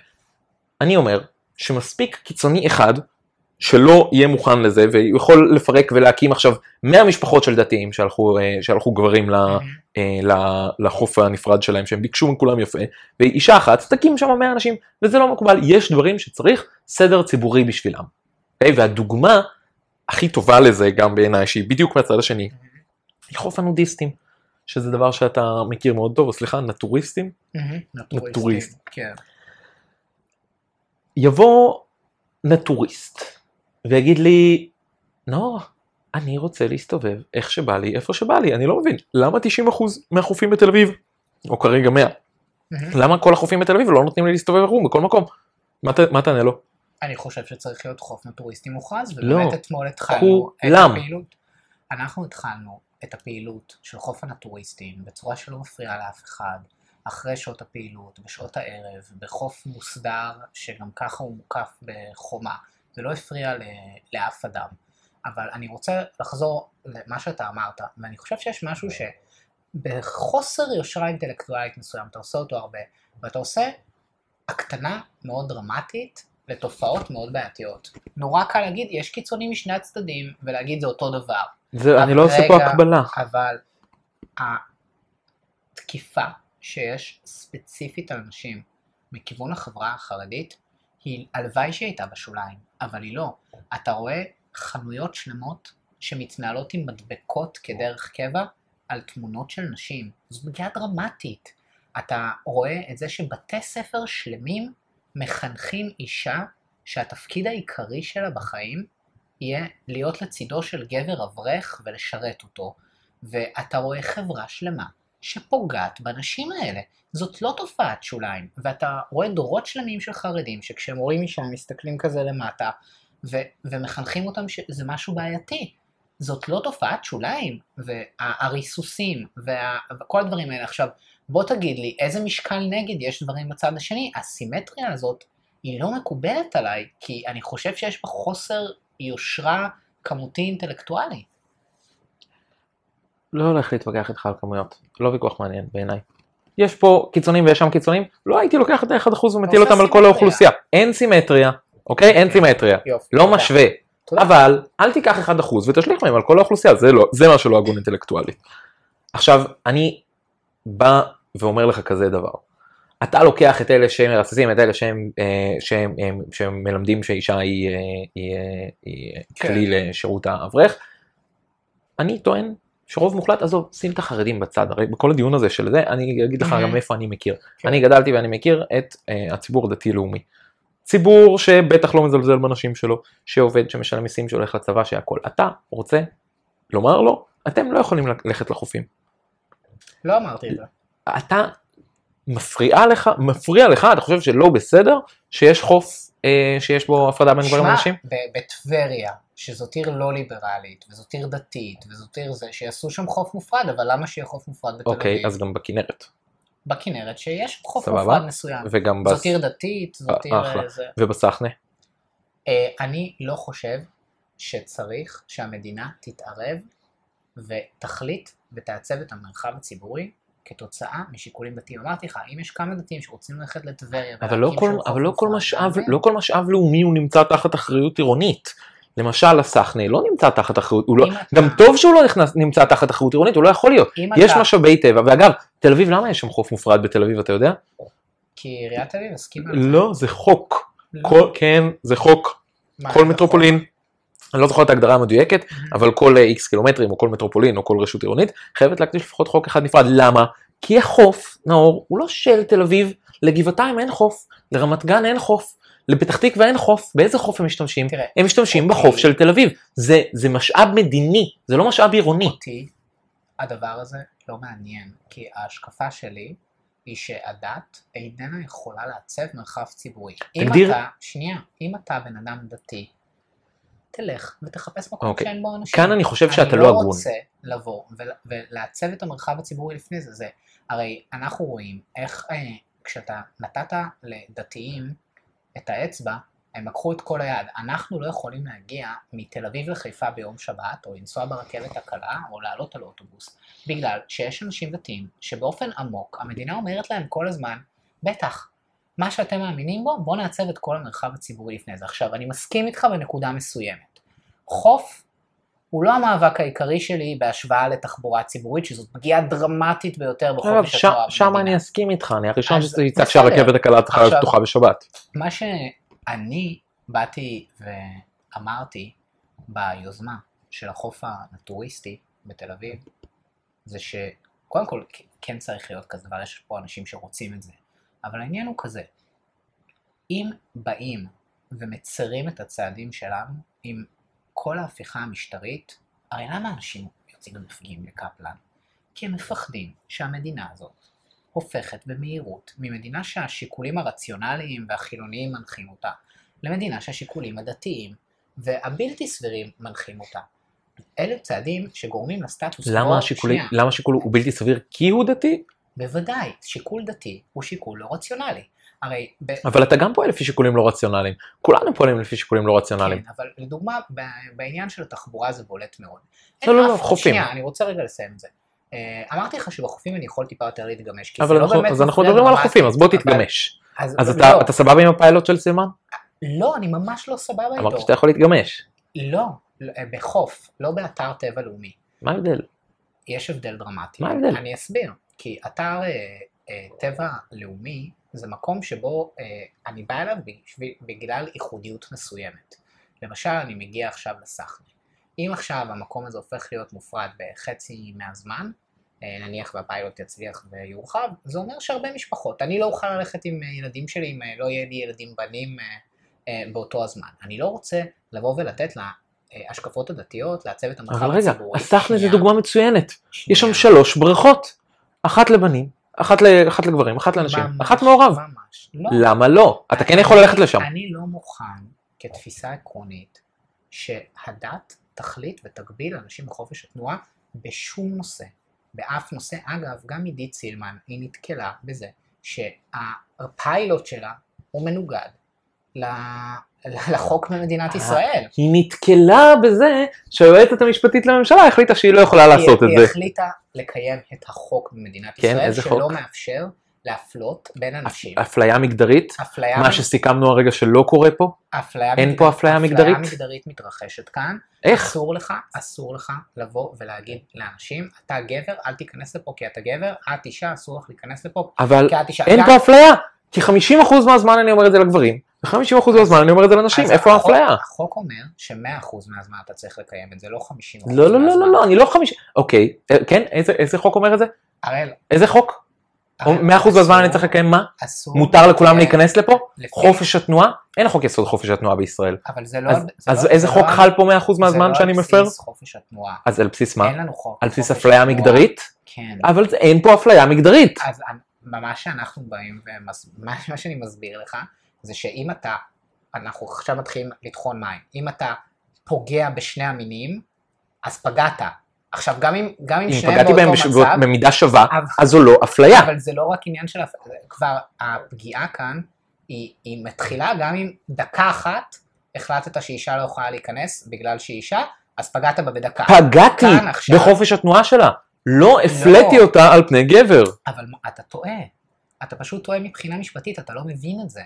אני אומר שמספיק קיצוני אחד, שלא יהיה מוכן לזה, ויכול לפרק ולהקים עכשיו מאה משפחות של דתיים שהלכו, שהלכו גברים לחוף הנפרד שלהם, שהם ביקשו מכולם יפה, ואישה אחת תקים שם מאה אנשים, וזה לא מקובל. יש דברים שצריך סדר ציבורי בשבילם. והדוגמה הכי טובה לזה, גם בעיניי, שהיא בדיוק מהצד השני, היא חוף הנודיסטים, שזה דבר שאתה מכיר מאוד טוב, סליחה, נטוריסטים? נטוריסטים, כן. יבוא נטוריסט, ויגיד לי, נאור, אני רוצה להסתובב איך שבא לי, איפה שבא לי, אני לא מבין, למה תשעים אחוז מהחופים בתל אביב, או כרגע מאה, למה כל החופים בתל אביב לא נותנים לי להסתובב רום בכל מקום? מה תענה לו? אני חושב שצריך להיות חוף נטוריסטי מוכרז, ובאמת אתמול התחלנו את הפעילות, אנחנו התחלנו את הפעילות של חוף הנטוריסטים, בצורה שלא מפריעה לאף אחד, אחרי שעות הפעילות, בשעות הערב, בחוף מוסדר, שגם ככה הוא מוקף בחומה, זה לא הפריע לאף אדם. אבל אני רוצה לחזור למה שאתה אמרת, ואני חושב שיש משהו שבחוסר יושרה אינטלקטואלית מסוים, אתה עושה אותו הרבה, ואתה עושה הקטנה מאוד דרמטית לתופעות מאוד בעייתיות. נורא קל להגיד, יש קיצונים משני הצדדים, ולהגיד זה אותו דבר. זה, אני לא עושה פה הקבלה. אבל התקיפה שיש ספציפית על נשים מכיוון החברה החרדית, היא הלוואי שהייתה בשוליים, אבל היא לא. אתה רואה חנויות שלמות שמתנהלות עם מדבקות כדרך קבע על תמונות של נשים. זו פגיעה דרמטית. אתה רואה את זה שבתי ספר שלמים מחנכים אישה שהתפקיד העיקרי שלה בחיים יהיה להיות לצידו של גבר אברך ולשרת אותו. ואתה רואה חברה שלמה שפוגעת בנשים האלה. זאת לא תופעת שוליים, ואתה רואה דורות שלמים של חרדים, שכשהם רואים אישה הם מסתכלים כזה למטה, ו- ומחנכים אותם שזה משהו בעייתי. זאת לא תופעת שוליים, והריסוסים, וה- וכל הדברים האלה. עכשיו, בוא תגיד לי, איזה משקל נגד יש דברים בצד השני? הסימטריה הזאת היא לא מקובלת עליי, כי אני חושב שיש בה חוסר יושרה כמותי אינטלקטואלי. לא הולך להתווכח איתך על כמויות, לא ויכוח מעניין בעיניי. יש פה קיצונים ויש שם קיצונים, לא הייתי לוקח את ה-אחד אחוז ומטיל אותם על כל האוכלוסייה. אין סימטריה, אוקיי? אין סימטריה. לא משווה. אבל אל תיקח אחד אחוז ותשליך מהם על כל האוכלוסייה, זה מה שלא הגון אינטלקטואלית. עכשיו, אני בא ואומר לך כזה דבר. אתה לוקח את אלה שהם מרססים, את אלה שהם, שהם, שהם, שהם מלמדים שאישה היא, היא, היא כלי לשירות האברך. אני טוען שרוב מוחלט, עזוב, שים את החרדים בצד, הרי בכל הדיון הזה של זה, אני אגיד לך גם איפה אני מכיר. אני גדלתי ואני מכיר את הציבור הדתי-לאומי. ציבור שבטח לא מזלזל בנשים שלו, שעובד, שמשלם מיסים, שהולך לצבא, שהכל. אתה רוצה לומר לו, אתם לא יכולים ללכת לחופים. לא אמרתי את זה. אתה מפריע לך, מפריע לך, אתה חושב שלא בסדר, שיש חוף, אה, שיש בו הפרדה בין גברים ונשים? שמע, בטבריה, שזאת עיר לא ליברלית, וזאת עיר דתית, וזאת עיר זה, שיעשו שם חוף מופרד, אבל למה שיהיה חוף מופרד בתל אביב? אוקיי, אז גם בכנרת. בכנרת, שיש חוף מופרד מסוים. וגם זאת עיר דתית, זאת עיר... זה... ובסחנה? אני לא חושב שצריך שהמדינה תתערב ותחליט ותעצב את המרחב הציבורי כתוצאה משיקולים דתיים. אמרתי לך, אם יש כמה דתיים שרוצים ללכת לטבריה... אבל לא כל, אבל לא כל משאב, לא כל משאב לאומי הוא נמצא תחת אחריות עירונית. למשל, הסחנה לא נמצא תחת אחריות, לא, גם טוב שהוא לא נכנס, נמצא תחת אחריות עירונית, הוא לא יכול להיות. יש אתה... משאבי טבע, ואגב, תל אביב, למה יש שם חוף מופרד בתל אביב, אתה יודע? כי עיריית תל אביב הסכימה... לא, זה חוק. לא. כל, כן, זה חוק. מה, כל מטרופולין, חוק? אני לא זוכר את ההגדרה המדויקת, אבל כל איקס קילומטרים, או כל מטרופולין, או כל רשות עירונית, חייבת להקדיש לפחות חוק אחד נפרד. למה? כי החוף, נאור, הוא לא של תל אביב, לגבעתיים אין חוף, לרמת גן אין חוף, לפתח תקווה אין חוף. באיזה חוף הם משתמשים? תראה, הם משתמשים אותי, בחוף של תל אביב. זה, זה משאב מדיני, זה לא משאב עירוני. אותי, הדבר הזה לא מעניין, כי ההשקפה שלי היא שהדת איננה יכולה לעצב מרחב ציבורי. תגדיר... אם אתה, שנייה, אם אתה בן אדם דתי, תלך ותחפש מקום okay. שאין בו אנשים. כאן אני חושב שאתה לא הגון. אני לא רוצה לבוא ולעצב את המרחב הציבורי לפני זה. זה. הרי אנחנו רואים איך אה, כשאתה נתת לדתיים את האצבע, הם לקחו את כל היד. אנחנו לא יכולים להגיע מתל אביב לחיפה ביום שבת, או לנסוע ברכבת הקלה, או לעלות על אוטובוס, בגלל שיש אנשים דתיים שבאופן עמוק, המדינה אומרת להם כל הזמן, בטח, מה שאתם מאמינים בו, בוא נעצב את כל המרחב הציבורי לפני זה. עכשיו, אני מסכים איתך בנקודה מסוימת. חוף הוא לא המאבק העיקרי שלי בהשוואה לתחבורה ציבורית, שזאת פגיעה דרמטית ביותר בחופש התנועה. שם אני אסכים איתך, אני הראשון שתצטרך שהרכבת הקלה צריכה להיות פתוחה בשבת. מה שאני באתי ואמרתי ביוזמה של החוף הנטוריסטי בתל אביב, זה שקודם כל כן צריך להיות כזה דבר, יש פה אנשים שרוצים את זה, אבל העניין הוא כזה, אם באים ומצרים את הצעדים שלנו עם כל ההפיכה המשטרית, הרי למה אנשים יוצאים ומפגיעים לקפלן? כי הם מפחדים שהמדינה הזאת הופכת במהירות ממדינה שהשיקולים הרציונליים והחילוניים מנחים אותה, למדינה שהשיקולים הדתיים והבלתי סבירים מנחים אותה. אלה צעדים שגורמים לסטטוס קוו. למה השיקול, למה השיקול הוא בלתי סביר? כי הוא דתי? בוודאי, שיקול דתי הוא שיקול לא רציונלי. הרי ב... אבל אתה גם פועל לפי שיקולים לא רציונליים. כולנו פועלים לפי שיקולים לא רציונליים. כן, אבל לדוגמה, בעניין של התחבורה זה בולט מאוד. לא, לא, לא, חופים. שנייה, אני רוצה רגע לסיים את זה. אמרתי לך שבחופים אני יכול טיפה יותר להתגמש. אבל אז אנחנו מדברים על החופים, אז בוא תתגמש. אז אתה סבבה עם הפיילוט של סילמן? לא, אני ממש לא סבבה איתו. אמרתי שאתה יכול להתגמש. לא, בחוף, לא באתר טבע לאומי. מה ההבדל? יש הבדל דרמטי. מה ההבדל? אני אסביר. כי אתר טבע לאומי זה מקום שבו אני בא אליו בגלל ייחודיות מסוימת. למשל, אני מגיע עכשיו לסחנה. אם עכשיו המקום הזה הופך להיות מופרד בחצי מהזמן, נניח והפיילוט יצליח ויורחב, זה אומר שהרבה משפחות, אני לא אוכל ללכת עם ילדים שלי, אם לא יהיה לי ילדים בנים באותו הזמן. אני לא רוצה לבוא ולתת להשקפות הדתיות, לעצב את המרחב הציבורי. אבל רגע, הסחנה זה דוגמה מצוינת. יש שם שלוש בריכות, אחת לבנים, אחת לגברים, אחת לאנשים, אחת מעורב. למה לא? אתה כן יכול ללכת לשם. אני לא מוכן, כתפיסה עקרונית, שהדת תחליט ותגביל אנשים בחופש התנועה בשום נושא. באף נושא. אגב, גם עידית סילמן, היא נתקלה בזה שהפיילוט שלה הוא מנוגד לחוק במדינת ישראל. היא נתקלה בזה שהיועצת המשפטית לממשלה החליטה שהיא לא יכולה לעשות את זה. היא החליטה לקיים את החוק במדינת ישראל, שלא מאפשר להפלות בין אנשים. אפליה מגדרית? מה שסיכמנו הרגע שלא קורה פה? אין פה אפליה מגדרית? אפליה מגדרית מתרחשת כאן. איך? אסור לך, אסור לך לבוא ולהגיד לאנשים, אתה גבר, אל תיכנס לפה כי אתה גבר, את אישה, אסור לך להיכנס לפה אבל אין פה אפליה, כי חמישים אחוז מהזמן אני אומר את זה לגברים, ו-חמישים אחוז מהזמן אני אומר את זה לנשים, איפה האפליה? החוק אומר ש-מאה אחוז מהזמן אתה צריך לקיים את זה, לא חמישים אחוז לא, לא, לא, לא, אני לא חמישים, אוקיי, כן, איזה חוק אומר את זה? הראל. איזה חוק? מאה אחוז בזמן אני צריך לקיים מה? מותר לכולם להיכנס לפה? חופש התנועה? אין חוק יסוד חופש התנועה בישראל. אבל זה לא... אז איזה חוק חל פה מאה אחוז מהזמן שאני מפר? זה לא על בסיס חופש התנועה. אז על בסיס מה? אין לנו חוק. על בסיס אפליה מגדרית? כן. אבל אין פה אפליה מגדרית. אז מה שאנחנו באים, ומה שאני מסביר לך, זה שאם אתה, אנחנו עכשיו מתחילים לטחון מים, אם אתה פוגע בשני המינים, אז פגעת. עכשיו, גם אם, גם אם שניהם באותו מצב... אם פגעתי במידה שווה, אז זו לא אפליה. אבל זה לא רק עניין של אפליה, כבר הפגיעה כאן, היא, היא מתחילה גם אם דקה אחת, החלטת שאישה לא יכולה להיכנס בגלל שהיא אישה, אז פגעת בה בדקה. פגעתי בחופש התנועה שלה. לא הפלאתי אותה על פני גבר. אבל אתה טועה. אתה פשוט טועה מבחינה משפטית, אתה לא מבין את זה.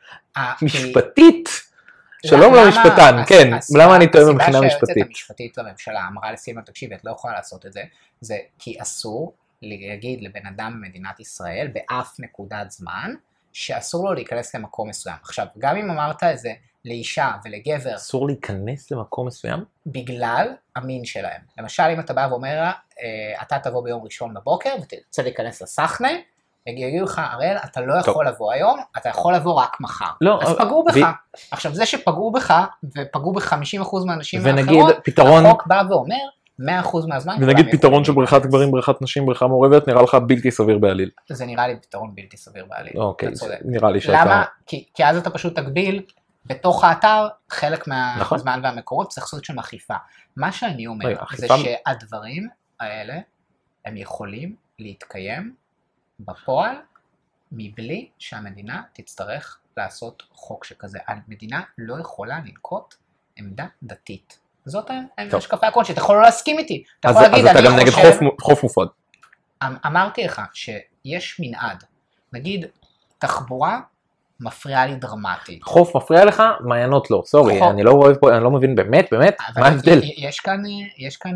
משפטית? שלום למשפטן, כן, למה אני טועה מבחינה משפטית? הסיבה שהיועצת המשפטית לממשלה אמרה לסילמן, תקשיבי, את לא יכולה לעשות את זה, זה כי אסור להגיד לבן אדם במדינת ישראל, באף נקודת זמן, שאסור לו להיכנס למקום מסוים. עכשיו, גם אם אמרת את זה לאישה ולגבר... אסור להיכנס למקום מסוים? בגלל המין שלהם. למשל, אם אתה בא ואומר לה, אתה תבוא ביום ראשון בבוקר, ותרצה להיכנס לסחנה, יגידו לך, הראל, אתה לא יכול לבוא היום, אתה יכול לבוא רק מחר. לא, אז פגעו בך. עכשיו, זה שפגעו בך, ופגעו ב-חמישים אחוז מהאנשים האחרות, החוק בא ואומר, מאה אחוז מהזמן... ונגיד פתרון של בריכת גברים, בריכת נשים, בריכה מעורבת, נראה לך בלתי סביר בעליל. זה נראה לי פתרון בלתי סביר בעליל. אוקיי, נראה לי שאתה... למה? כי אז אתה פשוט תגביל, בתוך האתר, חלק מהזמן והמקורות, צריך לעשות שם אכיפה. מה שאני אומר, זה שהדברים האלה, הם יכולים להתקיים בפועל, מבלי שהמדינה תצטרך לעשות חוק שכזה. המדינה לא יכולה לנקוט עמדה דתית. זאת השקפת העקרון, שאתה יכול לא להסכים איתי. אז אתה גם נגד חוף מופרד. אמרתי לך שיש מנעד. נגיד, תחבורה מפריעה לי דרמטית. חוף מפריע לך, מעיינות לא. סורי, אני לא מבין באמת, באמת, מה ההבדל? יש כאן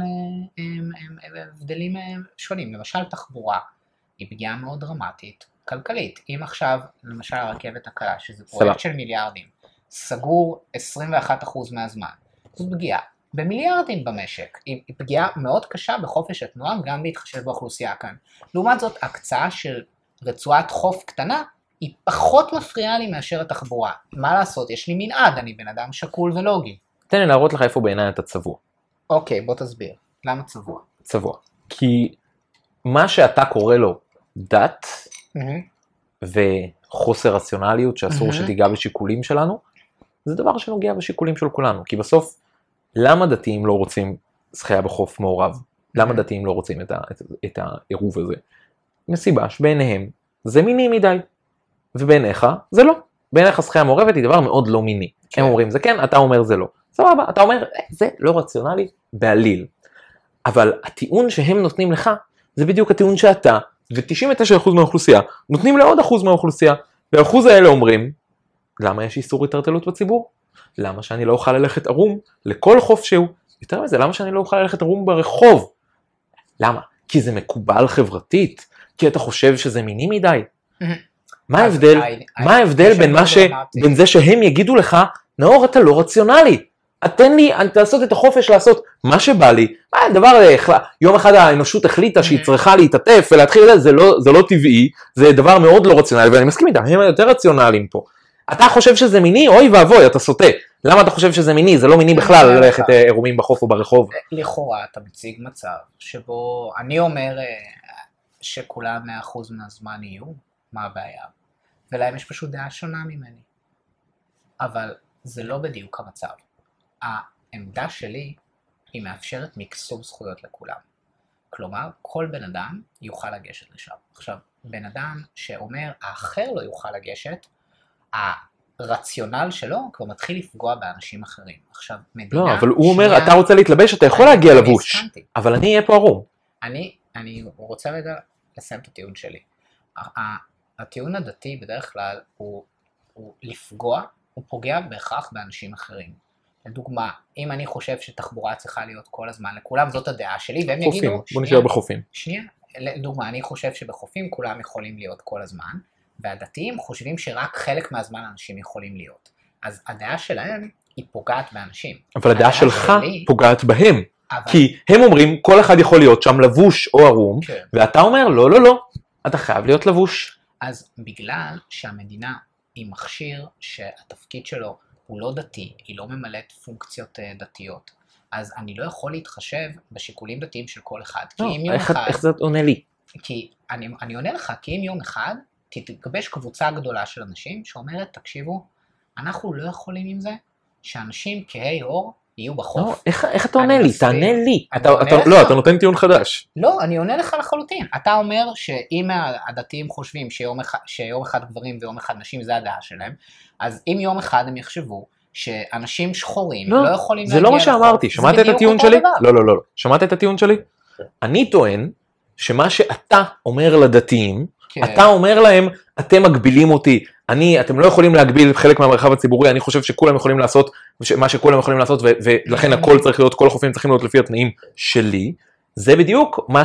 הבדלים שונים. למשל, תחבורה. היא פגיעה מאוד דרמטית, כלכלית. אם עכשיו, למשל הרכבת הקלה, שזה פרויקט של מיליארדים, סגור עשרים ואחד אחוז מהזמן, זו פגיעה במיליארדים במשק. היא פגיעה מאוד קשה בחופש התנועה, גם בהתחשב באוכלוסייה כאן. לעומת זאת, הקצאה של רצועת חוף קטנה, היא פחות מפריעה לי מאשר התחבורה. מה לעשות? יש לי מנעד, אני בן אדם שקול ולוגי. תן לי להראות לך איפה בעיניי אתה צבוע. אוקיי, בוא תסביר. למה צבוע? צבוע. כי מה שאתה קורא לו דת mm-hmm. וחוסר רציונליות שאסור mm-hmm. שתיגע בשיקולים שלנו, זה דבר שנוגע בשיקולים של כולנו. כי בסוף, למה דתיים לא רוצים שחייה בחוף מעורב? Mm-hmm. למה דתיים לא רוצים את, ה, את, את העירוב הזה? מסיבה שבעיניהם זה מיני מדי, ובעיניך זה לא. בעיניך שחייה מעורבת היא דבר מאוד לא מיני. Okay. הם אומרים זה כן, אתה אומר זה לא. סבבה, אתה אומר זה לא רציונלי בעליל. אבל הטיעון שהם נותנים לך, זה בדיוק הטיעון שאתה, ו-תשעים ותשעה אחוז מהאוכלוסייה, נותנים לעוד אחוז מהאוכלוסייה, והאחוז האלה אומרים, למה יש איסור התערטלות בציבור? למה שאני לא אוכל ללכת ערום לכל חוף שהוא? יותר מזה, למה שאני לא אוכל ללכת ערום ברחוב? למה? כי זה מקובל חברתית? כי אתה חושב שזה מיני מדי? מה ההבדל? מה ההבדל בין מה ש... בין זה שהם יגידו לך, נאור, אתה לא רציונלי. תן לי, תעשות את החופש לעשות מה שבא לי. מה, דבר, יום אחד האנושות החליטה שהיא צריכה להתעטף ולהתחיל לדעת, זה לא, זה לא טבעי, זה דבר מאוד לא רציונלי, ואני מסכים איתם, הם יותר רציונליים פה. אתה חושב שזה מיני? אוי ואבוי, אתה סוטה. למה אתה חושב שזה מיני? זה לא מיני בכלל ללכת עירומים בחוף או ברחוב. לכאורה, אתה מציג מצב שבו אני אומר שכולם מאה אחוז מהזמן יהיו, מה הבעיה? ולהם יש פשוט דעה שונה ממני. אבל זה לא בדיוק המצב. העמדה שלי היא מאפשרת מקסום זכויות לכולם. כלומר, כל בן אדם יוכל לגשת לשם. עכשיו, בן אדם שאומר, האחר לא יוכל לגשת, הרציונל שלו כבר מתחיל לפגוע באנשים אחרים. עכשיו, מדינה... לא, אבל הוא אומר, אתה רוצה להתלבש, אתה יכול להגיע לבוש, אבל אני אהיה פה ערום. אני, אני רוצה רגע לסיים את הטיעון שלי. הטיעון הדתי בדרך כלל הוא, הוא לפגוע, הוא פוגע בהכרח באנשים אחרים. לדוגמה, אם אני חושב שתחבורה צריכה להיות כל הזמן לכולם, זאת הדעה שלי, והם חופים, יגידו... בוא נשאר בחופים. שנייה, לדוגמה, אני חושב שבחופים כולם יכולים להיות כל הזמן, והדתיים חושבים שרק חלק מהזמן אנשים יכולים להיות. אז הדעה שלהם היא פוגעת באנשים. אבל הדעה שלך שלי... פוגעת בהם. אבל... כי הם אומרים, כל אחד יכול להיות שם לבוש או ערום, כן. ואתה אומר, לא, לא, לא, אתה חייב להיות לבוש. אז בגלל שהמדינה היא מכשיר שהתפקיד שלו הוא לא דתי, היא לא ממלאת פונקציות דתיות, אז אני לא יכול להתחשב בשיקולים דתיים של כל אחד. לא, כי אם יום איך, אחד... איך זאת עונה לי? כי אני, אני עונה לך, כי אם יום אחד תתגבש קבוצה גדולה של אנשים שאומרת, תקשיבו, אנחנו לא יכולים עם זה שאנשים כהי אור יהיו בחוף. לא, איך, איך אתה עונה לי? מסביר, תענה לי. אתה, עונה אתה, לא, אתה נותן טיעון חדש. לא, אני עונה לך לחלוטין. אתה אומר שאם הדתיים חושבים שיום אחד, שיום אחד גברים ויום אחד נשים זה הדעה שלהם, אז אם יום אחד הם יחשבו שאנשים שחורים לא, לא יכולים להגיע לחוף, זה לא מה שאמרתי. שמעת את הטיעון שלי? לא, לא, לא. שמעת את הטיעון שלי? אני טוען שמה שאתה אומר לדתיים, אתה אומר להם, אתם מגבילים אותי, אני, אתם לא יכולים להגביל חלק מהמרחב הציבורי, אני חושב שכולם יכולים לעשות מה שכולם יכולים לעשות, ולכן הכל צריך להיות, כל החופים צריכים להיות לפי התנאים שלי. זה בדיוק מה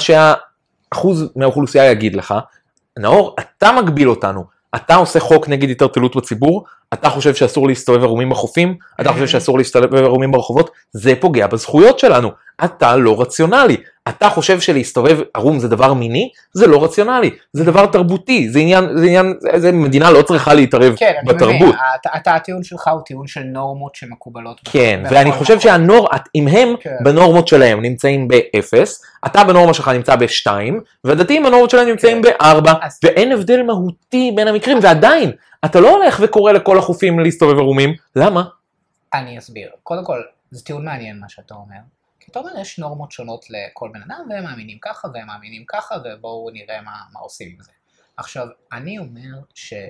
שהאחוז מהאוכלוסייה יגיד לך. נאור, אתה מגביל אותנו, אתה עושה חוק נגד התערטלות בציבור, אתה חושב שאסור להסתובב ערומים בחופים, אתה חושב שאסור להסתובב ערומים ברחובות, זה פוגע בזכויות שלנו. אתה לא רציונלי. אתה חושב שלהסתובב ערום זה דבר מיני, זה לא רציונלי, זה דבר תרבותי, זה עניין, זה עניין, זה מדינה לא צריכה להתערב כן, בתרבות. אני מבין, אתה, הטיעון שלך הוא טיעון של נורמות שמקובלות. כן, ואני חושב שהנור, אם הם בנורמות שלהם נמצאים ב-אפס, אתה בנורמה שלך נמצא ב-שתיים, והדתיים בנורמות שלהם נמצאים ב-ארבע, ואין הבדל מהותי בין המקרים, ועדיין, אתה לא הולך וקורא לכל החופים להסתובב ערומים, למה? אני אסביר. קודם כל, זה טיעון מעניין מה שאתה אומר. כי אתה אומר, יש נורמות שונות לכל בן אדם, והם מאמינים ככה, והם מאמינים ככה, ובואו נראה מה, מה עושים עם זה. עכשיו, אני אומר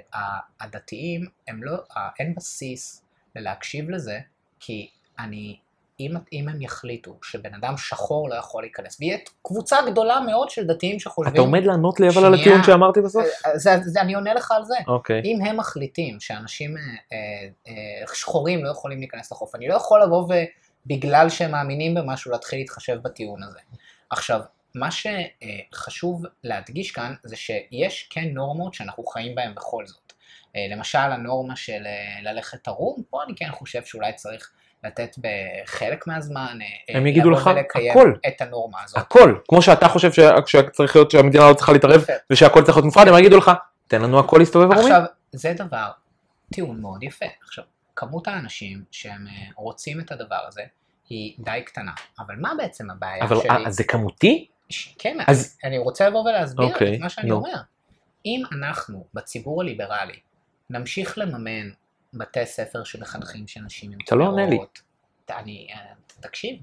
שהדתיים, הם לא, אין בסיס להקשיב לזה, כי אני, אם, אם הם יחליטו שבן אדם שחור לא יכול להיכנס, ויהיה קבוצה גדולה מאוד של דתיים שחושבים... אתה עומד לענות לי אבל על הטיעון שאמרתי בסוף? זה, זה, אני עונה לך על זה. Okay. אם הם מחליטים שאנשים אה, אה, שחורים לא יכולים להיכנס לחוף, אני לא יכול לבוא ו... בגלל שהם מאמינים במשהו להתחיל להתחשב בטיעון הזה. עכשיו, מה שחשוב להדגיש כאן זה שיש כן נורמות שאנחנו חיים בהן בכל זאת. למשל הנורמה של ללכת ערום, פה אני כן חושב שאולי צריך לתת בחלק מהזמן, הם יגידו לך הכל, את הנורמה הזאת. הכל, כמו שאתה חושב שצריך להיות שהמדינה לא צריכה להתערב ושהכל צריך להיות מופרד, הם יגידו לך, תן לנו הכל להסתובב ערומים. עכשיו, זה דבר, טיעון מאוד יפה. עכשיו, כמות האנשים שהם רוצים את הדבר הזה היא די קטנה, אבל מה בעצם הבעיה אבל שלי? אבל זה כמותי? כן, אז... אני רוצה לבוא ולהסביר okay, את מה שאני no. אומר. אם אנחנו בציבור הליברלי נמשיך לממן בתי ספר שמחנכים שאנשים עם אתה לא עונה לי. אני, תקשיב,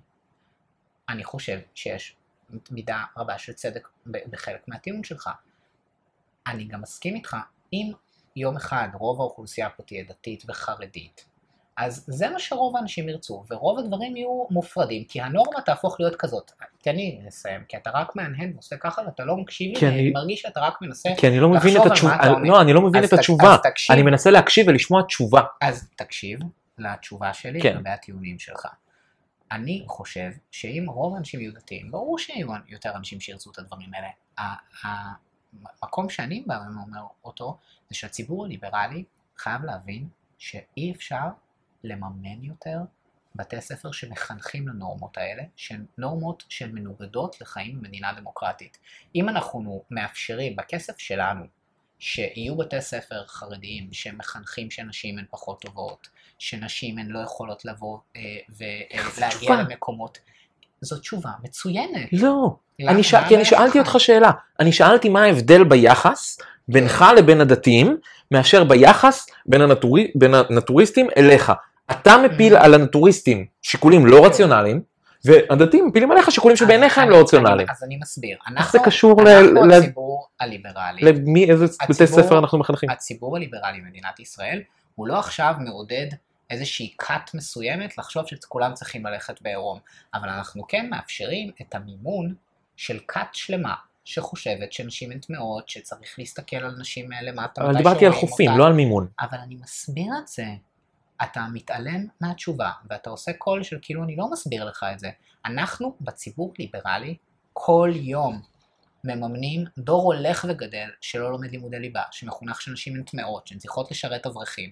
אני חושב שיש מידה רבה של צדק בחלק מהטיעון שלך. אני גם מסכים איתך, אם יום אחד רוב האוכלוסייה פה תהיה דתית וחרדית, אז זה מה שרוב האנשים ירצו, ורוב הדברים יהיו מופרדים, כי הנורמה תהפוך להיות כזאת. תן לי לסיים, כי אתה רק מהנהן ועושה ככה, ואתה לא מקשיב לי, אני מרגיש שאתה רק מנסה כי אני לא מבין את התשובה, לא, אני לא מבין את התשובה, אני מנסה להקשיב ולשמוע תשובה. אז תקשיב לתשובה שלי, לגבי הטיעונים שלך. אני חושב שאם רוב האנשים יהיו דתיים, ברור שיהיו יותר אנשים שירצו את הדברים האלה. המקום שאני בא ואומר אותו, זה שהציבור הליברלי חייב להבין שאי אפשר לממן יותר בתי ספר שמחנכים לנורמות האלה, שהן נורמות שהן מנוגדות לחיים במדינה דמוקרטית. אם אנחנו מאפשרים בכסף שלנו שיהיו בתי ספר חרדיים שמחנכים שנשים הן פחות טובות, שנשים הן לא יכולות לבוא אה, ולהגיע למקומות, זו תשובה מצוינת. לא, אני ש... כי אני שאלתי אותך שאלה, אני שאלתי מה ההבדל ביחס בינך לבין הדתיים, מאשר ביחס בין, הנטורי... בין הנטוריסטים אליך. אתה מפיל על הנטוריסטים שיקולים לא רציונליים, והדתיים מפילים עליך שיקולים שבעיניך הם לא רציונליים. אז אני מסביר. איך זה קשור אנחנו הציבור הליברלי. למי, איזה בתי ספר אנחנו מחנכים? הציבור הליברלי במדינת ישראל הוא לא עכשיו מעודד איזושהי קאט מסוימת לחשוב שכולם צריכים ללכת בעירום, אבל אנחנו כן מאפשרים את המימון של קאט שלמה, שחושבת שנשים הן טמאות, שצריך להסתכל על נשים למטה. אבל דיברתי על חופים, אותה. לא על מימון. אבל אני מסביר את זה. אתה מתעלם מהתשובה, ואתה עושה קול של כאילו אני לא מסביר לך את זה. אנחנו בציבור ליברלי כל יום מממנים דור הולך וגדל שלא לומד לימודי ליבה, שמחונך שנשים הן טמאות, שהן צריכות לשרת אברכים,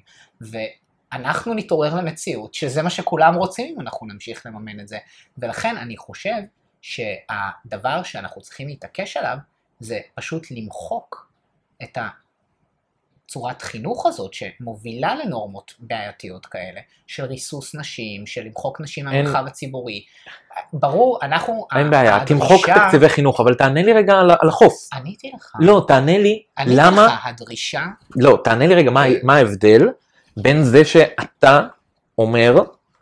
ואנחנו נתעורר למציאות, שזה מה שכולם רוצים אם אנחנו נמשיך לממן את זה. ולכן אני חושב שהדבר שאנחנו צריכים להתעקש עליו, זה פשוט למחוק את הצורת חינוך הזאת, שמובילה לנורמות בעייתיות כאלה, של ריסוס נשים, של למחוק נשים מהמרחב הציבורי. ברור, אנחנו... אין בעיה, תמחוק תקציבי חינוך, אבל תענה לי רגע על החוף. עניתי לך. לא, תענה לי למה... עניתי לך, הדרישה... לא, תענה לי רגע מה ההבדל בין זה שאתה אומר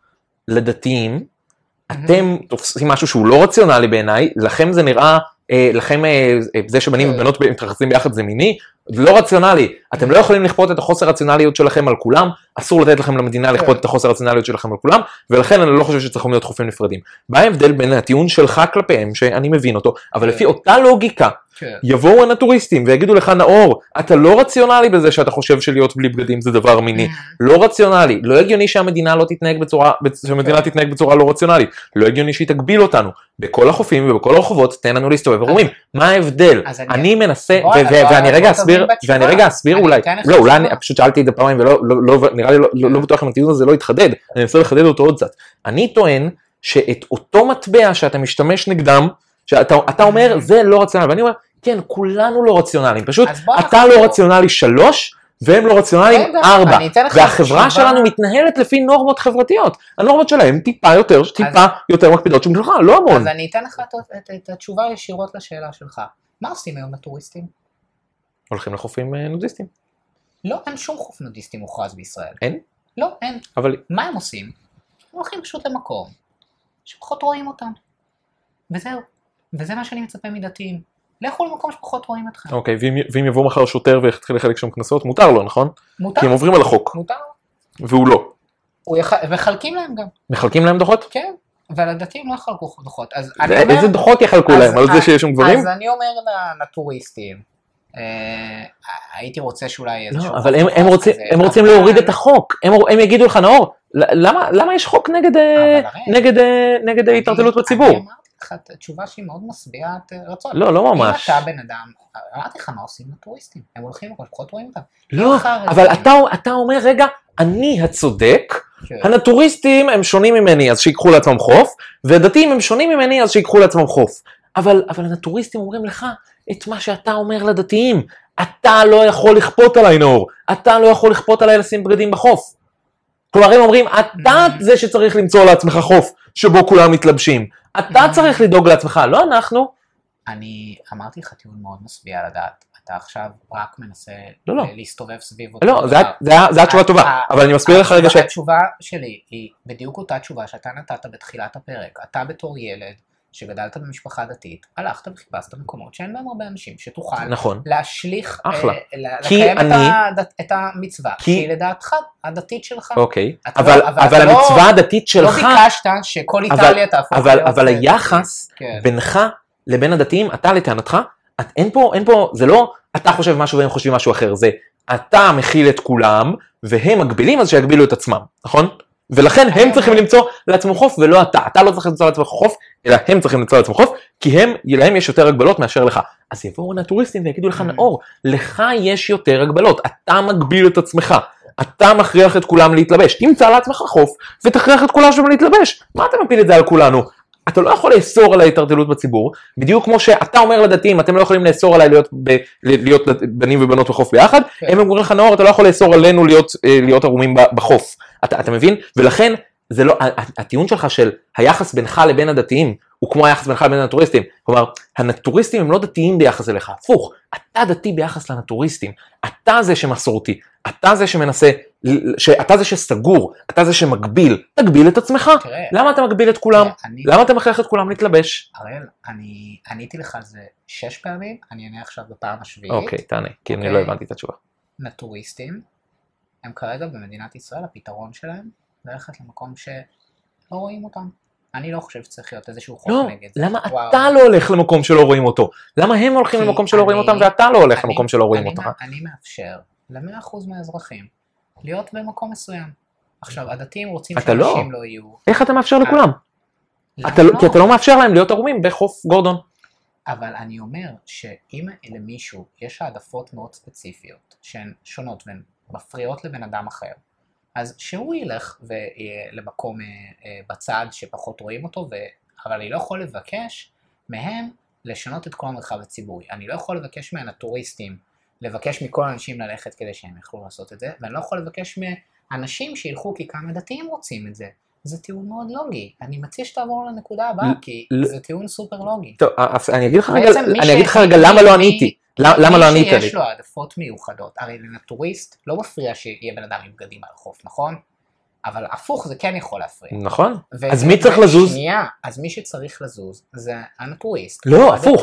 לדתיים, אתם תופסים משהו שהוא לא רציונלי בעיניי, לכם זה נראה, לכם זה שבנים ובנות מתרחצים ביחד זה מיני, זה לא רציונלי, אתם לא יכולים לכפות את החוסר רציונליות שלכם על כולם, אסור לתת לכם למדינה לכפות את החוסר רציונליות שלכם על כולם, ולכן אני לא חושב שצריכים להיות חופים נפרדים. מה ההבדל בין הטיעון שלך כלפיהם, שאני מבין אותו, אבל לפי אותה לוגיקה, יבואו הנטוריסטים ויגידו לך נאור, אתה לא רציונלי בזה שאתה חושב שלהיות בלי בגדים זה דבר מיני, לא רציונלי, לא הגיוני שהמדינה לא תתנהג בצורה, שהמדינה תתנהג בצורה לא רציונלית, לא הגיוני שהיא תגביל אותנו, בכל החופים ובכל הרחובות תן לנו להסתובב ורואים, מה ההבדל? אני מנסה, ואני רגע אסביר, ואני רגע אסביר אולי, לא, אולי אני פשוט שאלתי את זה פעמיים ולא, נראה לי לא בטוח אם הטיעון הזה לא יתחדד, אני אנסה לחדד אותו עוד קצת. אני טוען שאת אותו מטבע שאתה משתמש נגדם, שאתה אומר זה לא רציונלי, ואני אומר כן, כולנו לא רציונליים, פשוט אתה לא רציונלי שלוש, והם לא רציונליים ארבע, והחברה שלנו מתנהלת לפי נורמות חברתיות, הנורמות שלהם טיפה יותר, טיפה יותר מקפידות שמשלך, לא המון. אז אני אתן לך את התשובה ישירות לשאלה שלך, מה עושים היום הטוריסטים? הולכים לחופים נודיסטים. לא, אין שום חוף נודיסטי מוכרז בישראל. אין? לא, אין. אבל... מה הם עושים? הם הולכים פשוט למקום, שפחות רואים אותם. וזהו. וזה מה שאני מצפה מדתיים. לכו למקום שפחות רואים אתכם. אוקיי, ואם יבוא מחר שוטר ויתחיל לחלק שם כנסות, מותר לו, נכון? מותר. כי הם עוברים על החוק. מותר. והוא לא. מחלקים להם גם. מחלקים להם דוחות? כן, אבל הדתיים לא יחלקו דוחות. איזה דוחות יחלקו להם? על זה שיש שם גברים? אז אני אומר לטוריסטים, הייתי רוצה שאולי איזשהו... לא, אבל הם רוצים להוריד את החוק. הם יגידו לך, נאור, למה יש חוק נגד התערטלות בציבור? תשובה שהיא מאוד משביעת רצון. לא, לא ממש. אם אתה בן אדם, אמרתי לך מה עושים לטוריסטים, הם הולכים לכל פחות רואים אותם. לא, אבל אתה אומר, רגע, אני הצודק, הנטוריסטים הם שונים ממני, אז שיקחו לעצמם חוף, והדתיים הם שונים ממני, אז שיקחו לעצמם חוף. אבל הנטוריסטים אומרים לך את מה שאתה אומר לדתיים, אתה לא יכול לכפות עליי נאור, אתה לא יכול לכפות עליי לשים בגדים בחוף. כלומר, הם אומרים, אתה זה שצריך למצוא לעצמך חוף, שבו כולם מתלבשים. אתה צריך לדאוג לעצמך, לא אנחנו. אני אמרתי לך טיעון מאוד משביע לדעת. אתה עכשיו רק מנסה להסתובב סביב אותו. לא, זו התשובה טובה, אבל אני מסביר לך רגע ש... התשובה שלי היא בדיוק אותה תשובה שאתה נתת בתחילת הפרק. אתה בתור ילד שגדלת במשפחה דתית, הלכת וחיפשת מקומות שאין בהם הרבה אנשים, שתוכל להשליך, לקיים את המצווה, שהיא לדעתך הדתית שלך. אוקיי, אבל המצווה הדתית שלך... לא ביקשת שכל איטליה תהפוך. אבל היחס בינך לבין הדתיים, אתה לטענתך, אין פה, אין פה, זה לא אתה חושב משהו והם חושבים משהו אחר, זה אתה מכיל את כולם, והם מגבילים אז שיגבילו את עצמם, נכון? ולכן הם צריכים למצוא לעצמם חוף ולא אתה, אתה לא צריך למצוא לעצמך חוף, אלא הם צריכים למצוא לעצמם חוף, כי הם, להם יש יותר הגבלות מאשר לך. אז יבואו הטוריסטים ויגידו לך נאור, לך יש יותר הגבלות, אתה מגביל את עצמך, אתה מכריח את כולם להתלבש, תמצא לעצמך חוף ותכריח את כולם שם להתלבש, מה אתה מפיל את זה על כולנו? אתה לא יכול לאסור על ההתערטלות בציבור, בדיוק כמו שאתה אומר לדתיים, אתם לא יכולים לאסור עליי להיות, ב, להיות בנים ובנות בחוף ביחד, כן. הם אומרים לך נאור, אתה לא יכול לאסור עלינו להיות, להיות ערומים בחוף, אתה, אתה מבין? ולכן, זה לא, הטיעון שלך של היחס בינך לבין הדתיים, הוא כמו היחס בינך לבין הנטוריסטים, כלומר, הנטוריסטים הם לא דתיים ביחס אליך, הפוך, אתה דתי ביחס לנטוריסטים, אתה זה שמסורתי, אתה זה שמנסה, אתה זה שסגור, אתה זה שמגביל, תגביל את עצמך, תראה, למה אתה מגביל את כולם? אני... למה אתה מכריח את כולם להתלבש? הראל, אני עניתי לך על זה שש פעמים, אני אענה עכשיו בפעם השביעית. אוקיי, תענה, כי אני לא הבנתי את התשובה. נטוריסטים הם כרגע במדינת ישראל, הפתרון שלהם, ללכת למקום שלא רואים אותם. אני לא חושב שצריך להיות איזשהו חוק לא, נגד זה. למה אתה לא הולך למקום שלא רואים אותו? למה הם הולכים למקום שלא רואים אותם ואתה לא הולך למקום שלא רואים אותך? אני מאפשר ל-מאה אחוז מהאזרחים להיות במקום מסוים. עכשיו, הדתיים רוצים שאנשים לא יהיו... איך אתה מאפשר לכולם? כי אתה לא מאפשר להם להיות ערומים בחוף גורדון. אבל אני אומר שאם למישהו יש העדפות מאוד ספציפיות, שהן שונות והן מפריעות לבן אדם אחר, אז שהוא ילך למקום בצד שפחות רואים אותו, ו... אבל אני לא יכול לבקש מהם לשנות את כל המרחב הציבורי. אני לא יכול לבקש מהטוריסטים, לבקש מכל האנשים ללכת כדי שהם יוכלו לעשות את זה, ואני לא יכול לבקש מאנשים שילכו כי כמה דתיים רוצים את זה. זה טיעון מאוד לוגי. אני מציע שתעבור לנקודה הבאה, כי זה טיעון סופר לוגי. טוב, אני אגיד לך רגע למה לא עניתי. למה לא ענית לי? מי שיש לו העדפות מיוחדות, הרי לטוריסט לא מפריע שיהיה בן אדם עם בגדים על החוף, נכון? אבל הפוך זה כן יכול להפריע. נכון. אז מי צריך לזוז? שנייה, אז מי שצריך לזוז זה הטוריסט. לא, הפוך.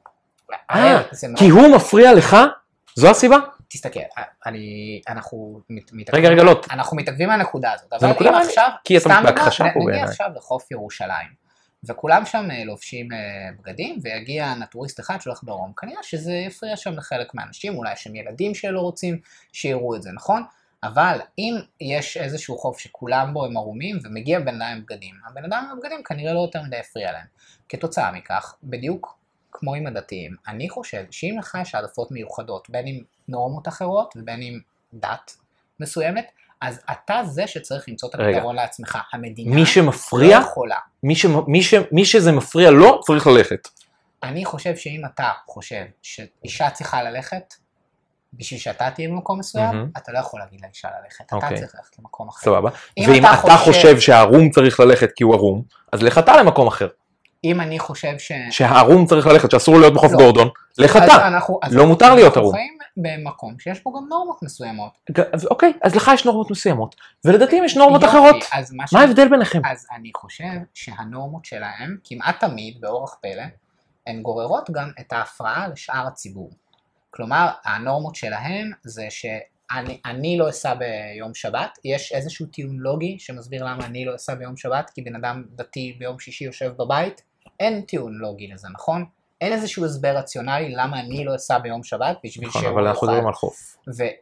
כי הוא מפריע לך? זו הסיבה? תסתכל, אני, אנחנו רגע, רגע, לא. אנחנו מתעכבים על הנקודה הזאת. זה נקודה מעניינת. כי אתה בהכחשה פה בעיניי. נגיע עכשיו לחוף ירושלים. וכולם שם לובשים בגדים, ויגיע נטוריסט אחד שהולך דרום. כנראה שזה יפריע שם לחלק מהאנשים, אולי יש שם ילדים שלא רוצים שיראו את זה, נכון? אבל אם יש איזשהו חוף שכולם בו הם ערומים, ומגיע בן אדם עם בגדים, הבן אדם עם בגדים כנראה לא יותר מדי יפריע להם. כתוצאה מכך, בדיוק כמו עם הדתיים, אני חושב שאם לך יש העדפות מיוחדות, בין עם נורמות אחרות, ובין עם דת מסוימת, אז אתה זה שצריך למצוא את הפתרון לעצמך. המדינה מי שמפריע, לא יכולה. מי, ש, מי, ש, מי שזה מפריע לא צריך ללכת. אני חושב שאם אתה חושב שאישה צריכה ללכת, בשביל שאתה תהיה במקום מסוים, mm-hmm. אתה לא יכול להגיד לאישה ללכת, אתה okay. צריך ללכת למקום אחר. סבבה. ואם אתה, אתה חושב... חושב שהערום צריך ללכת כי הוא ערום, אז לך אתה למקום אחר. אם אני חושב ש... שהערום צריך ללכת, שאסור להיות בחוף לא. גורדון, לך אתה, לא אנחנו, מותר להיות ערום. אנחנו חיים במקום שיש פה גם נורמות מסוימות. אז, אוקיי, אז לך יש נורמות מסוימות, ולדתיים יש נורמות יופי, אחרות. מה ש... ההבדל ביניכם? אז אני חושב שהנורמות שלהם, כמעט תמיד, באורח פלא, הן גוררות גם את ההפרעה לשאר הציבור. כלומר, הנורמות שלהם זה שאני אני לא אסע ביום שבת, יש איזשהו טיעון לוגי שמסביר למה אני לא אסע ביום שבת, כי בן אדם דתי ביום שישי יושב בבית, אין טיעון לוגי לזה, נכון? אין איזשהו הסבר רציונלי למה אני לא אסע ביום שבת, בשביל שהוא... נכון, אבל אנחנו מדברים על חוף.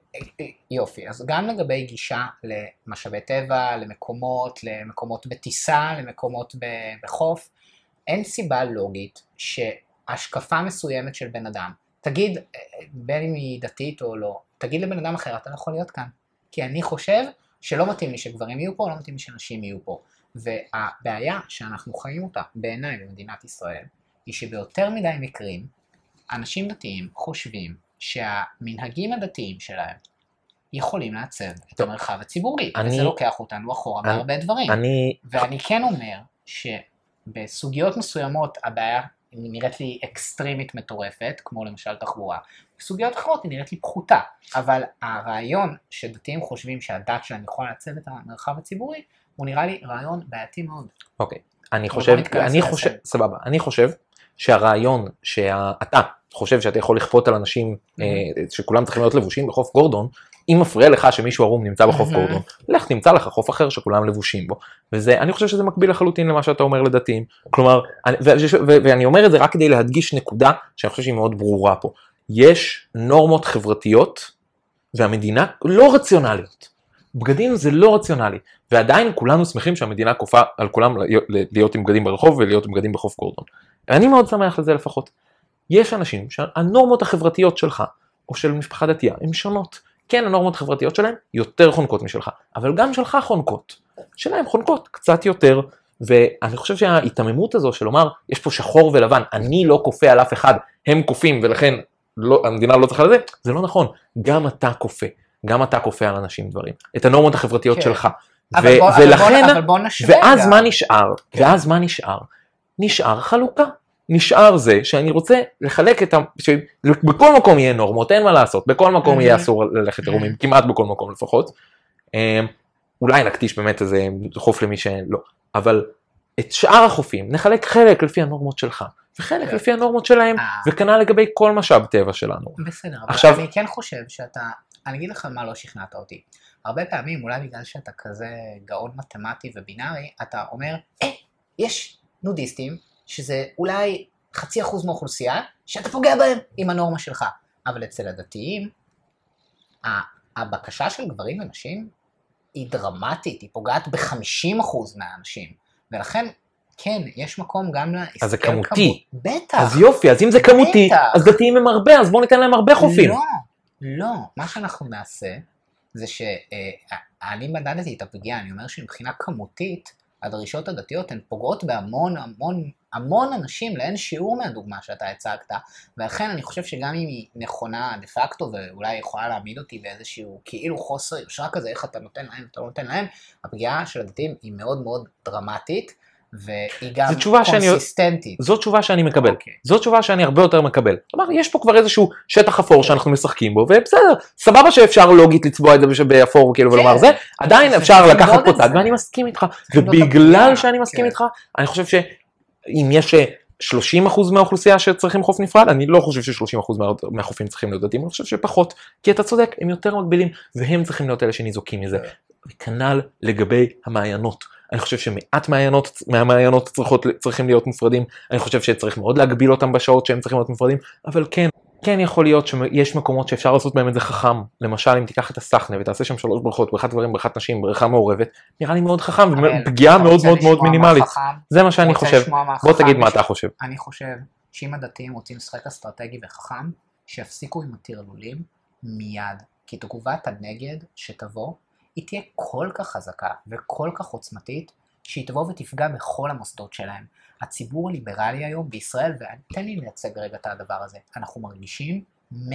ויופי, אז גם לגבי גישה למשאבי טבע, למקומות, למקומות בטיסה, למקומות בחוף, אין סיבה לוגית שהשקפה מסוימת של בן אדם, תגיד, בין אם היא דתית או לא, תגיד לבן אדם אחר, אתה לא יכול להיות כאן. כי אני חושב שלא מתאים לי שגברים יהיו פה, לא מתאים לי שנשים יהיו פה. והבעיה שאנחנו חיים אותה, בעיניי במדינת ישראל, היא שביותר מדי מקרים, אנשים דתיים חושבים שהמנהגים הדתיים שלהם יכולים לעצב את המרחב הציבורי, אני, וזה לוקח אותנו אחורה אני, בהרבה דברים. אני... ואני כן אומר שבסוגיות מסוימות הבעיה היא נראית לי אקסטרימית מטורפת, כמו למשל תחבורה. בסוגיות אחרות היא נראית לי פחותה, אבל הרעיון שדתיים חושבים שהדת שלהם יכולה לעצב את המרחב הציבורי, הוא נראה לי רעיון בעייתי מאוד. אוקיי, אני חושב, אני חושב, סבבה, אני חושב שהרעיון שאתה חושב שאתה יכול לכפות על אנשים, שכולם צריכים להיות לבושים בחוף גורדון, אם מפריע לך שמישהו ערום נמצא בחוף גורדון, לך תמצא לך חוף אחר שכולם לבושים בו. וזה, אני חושב שזה מקביל לחלוטין למה שאתה אומר לדתיים. כלומר, ואני אומר את זה רק כדי להדגיש נקודה שאני חושב שהיא מאוד ברורה פה. יש נורמות חברתיות והמדינה לא רציונליות. בגדים זה לא רציונלי, ועדיין כולנו שמחים שהמדינה כופה על כולם להיות עם בגדים ברחוב ולהיות עם בגדים בחוף גורדון. אני מאוד שמח לזה לפחות. יש אנשים שהנורמות החברתיות שלך או של משפחה דתייה הן שונות. כן, הנורמות החברתיות שלהם יותר חונקות משלך, אבל גם שלך חונקות. שלהם חונקות קצת יותר, ואני חושב שההתממות הזו של לומר, יש פה שחור ולבן, אני לא כופה על אף אחד, הם כופים ולכן לא, המדינה לא צריכה לזה, זה לא נכון. גם אתה כופה, גם אתה כופה על אנשים דברים. את הנורמות החברתיות כן. שלך. אבל, ו- בוא, ולכן, אבל, בוא, אבל בוא נשווה ואז גם. מה נשאר? כן. ואז מה נשאר? נשאר חלוקה. נשאר זה שאני רוצה לחלק את ה... שבכל מקום יהיה נורמות, אין מה לעשות, בכל מקום יהיה אסור ללכת עירומים, כמעט בכל מקום לפחות. אולי נקדיש באמת איזה חוף למי שלא, אבל את שאר החופים נחלק חלק לפי הנורמות שלך, וחלק לפי הנורמות שלהם, וכנ"ל לגבי כל משאב טבע שלנו. בסדר, אבל אני כן חושב שאתה אני אגיד לך מה לא שכנעת אותי. הרבה פעמים, אולי בגלל שאתה כזה גאון מתמטי ובינארי, אתה אומר, אה, יש נודיסטים, שזה אולי חצי אחוז מהאוכלוסייה, שאתה פוגע בהם עם הנורמה שלך. אבל אצל הדתיים, הבקשה של גברים ונשים היא דרמטית, היא פוגעת ב-חמישים אחוז מהאנשים, ולכן, כן, יש מקום גם להסתכל אז זה כמותי. כמו... בטח. אז יופי, אז אם זה כמותי, בטח. אז דתיים הם הרבה, אז בואו ניתן להם הרבה חופים. לא, לא, מה שאנחנו נעשה, זה שאני מדדתי את הפגיעה, אני אומר שמבחינה כמותית, הדרישות הדתיות הן פוגעות בהמון המון המון אנשים לאין שיעור מהדוגמה שאתה הצגת, ולכן אני חושב שגם אם היא נכונה דה פקטו, ואולי יכולה להעמיד אותי באיזשהו כאילו חוסר יושרה כזה, איך אתה נותן להם, אתה לא נותן להם, הפגיעה של הדתיים היא מאוד מאוד דרמטית, והיא גם קונסיסטנטית. זו תשובה שאני מקבל, זו תשובה שאני הרבה יותר מקבל. כלומר, יש פה כבר איזשהו שטח אפור שאנחנו משחקים בו, ובסדר, סבבה שאפשר לוגית לצבוע את זה באפור כאילו ולומר זה, עדיין אפשר לקחת פה צד, ואני מסכים איתך, ובגלל שאני מסכים איתך, אני חושב שאם יש שלושים אחוז מהאוכלוסייה שצריכים חוף נפרד, אני לא חושב ש-שלושים אחוז מהחופים צריכים להיות דתיים, אני חושב שפחות, כי אתה צודק, הם יותר מגבילים, והם צריכים להיות אלה שניזוקים מזה. וכנ"ל לגבי המעיינות. אני חושב שמעט מעיינות, מהמעיינות צריכות, צריכים להיות מופרדים, אני חושב שצריך מאוד להגביל אותם בשעות שהם צריכים להיות מופרדים, אבל כן, כן יכול להיות שיש מקומות שאפשר לעשות בהם את זה חכם, למשל אם תיקח את הסחנה ותעשה שם שלוש בריכות, בריכת גברים, בריכת נשים, בריכה מעורבת, נראה לי מאוד חכם, ופגיעה מאוד מאוד מאוד מינימלית. זה מה שאני חושב, בוא תגיד מה אתה חושב. אני חושב שאם הדתיים רוצים לשחק אסטרטגי וחכם, שיפסיקו עם הטרלולים מיד, כי תגובת הנגד שתבוא, היא תהיה כל כך חזקה וכל כך עוצמתית, שהיא תבוא ותפגע בכל המוסדות שלהם. הציבור הליברלי היום בישראל, ותן לי לייצג רגע את הדבר הזה, אנחנו מרגישים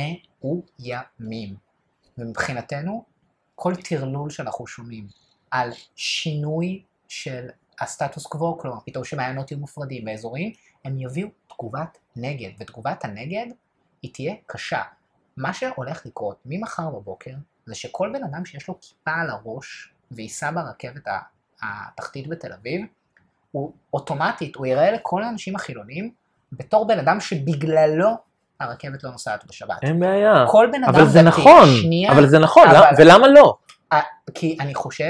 מאוימים. ומבחינתנו, כל טרלול שאנחנו שומעים על שינוי של הסטטוס קוו, כלומר, פתאום שמעיינות יהיו מופרדים באזורים, הם יביאו תגובת נגד, ותגובת הנגד היא תהיה קשה. מה שהולך לקרות ממחר בבוקר, זה שכל בן אדם שיש לו כיפה על הראש, וייסע ברכבת התחתית בתל אביב, הוא אוטומטית, הוא יראה לכל האנשים החילונים, בתור בן אדם שבגללו הרכבת לא נוסעת בשבת. אין בעיה. כל בן אדם אבל זה נכון, שנייה, אבל זה נכון, אבל, ולמה לא? כי אני חושב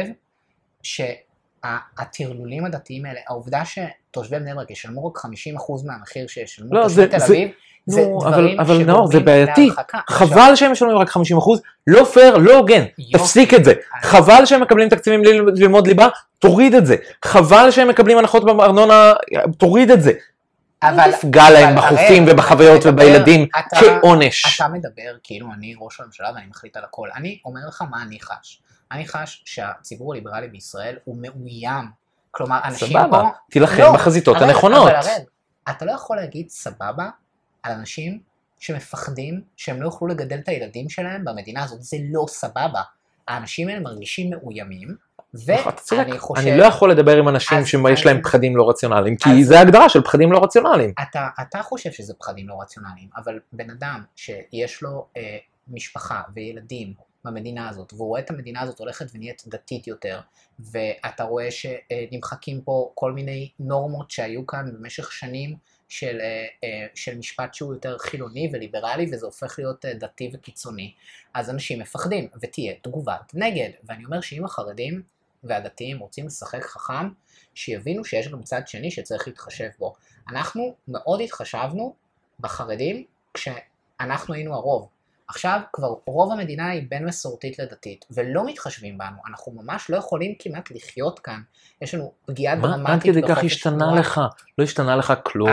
שהטרלולים הדתיים האלה, העובדה שתושבי בני ברק ישלמו רק חמישים אחוז מהמחיר שישלמו לא, תושבי תל אביב, זה נו, דברים אבל, אבל נאור, זה בעייתי, להרחקה. חבל עכשיו, שהם משלמים רק חמישים אחוז, לא פייר, לא הוגן, תפסיק את זה, חבל שהם מקבלים תקציבים ללמוד ליבה, תוריד את זה, חבל שהם מקבלים הנחות בארנונה, תוריד את זה, אבל תפגע להם בחופים ובחוויות ובילדים כעונש. אתה מדבר כאילו אני ראש הממשלה ואני מחליט על הכל, אני אומר לך מה אני חש, אני חש שהציבור הליברלי בישראל הוא מאוים, כלומר אנשים פה, סבבה, תילחם בחזיתות הנכונות. אבל הרד, אתה לא יכול להגיד סבבה על אנשים שמפחדים שהם לא יוכלו לגדל את הילדים שלהם במדינה הזאת, זה לא סבבה. האנשים האלה מרגישים מאוימים, ואני חושב... אני לא יכול לדבר עם אנשים שיש להם פחדים לא רציונליים, כי זה הגדרה של פחדים לא רציונליים. אתה, אתה חושב שזה פחדים לא רציונליים, אבל בן אדם שיש לו אה, משפחה וילדים במדינה הזאת, והוא רואה את המדינה הזאת הולכת ונהיית דתית יותר, ואתה רואה שנמחקים פה כל מיני נורמות שהיו כאן במשך שנים, של, של משפט שהוא יותר חילוני וליברלי, וזה הופך להיות דתי וקיצוני, אז אנשים מפחדים, ותהיה תגובת נגד. ואני אומר שאם החרדים והדתיים רוצים לשחק חכם, שיבינו שיש גם צד שני שצריך להתחשב בו. אנחנו מאוד התחשבנו בחרדים כשאנחנו היינו הרוב. עכשיו כבר רוב המדינה היא בין מסורתית לדתית, ולא מתחשבים בנו, אנחנו ממש לא יכולים כמעט לחיות כאן, יש לנו פגיעה דרמטית. מה עד כדי כך השתנה לך? לא השתנה לך כלום.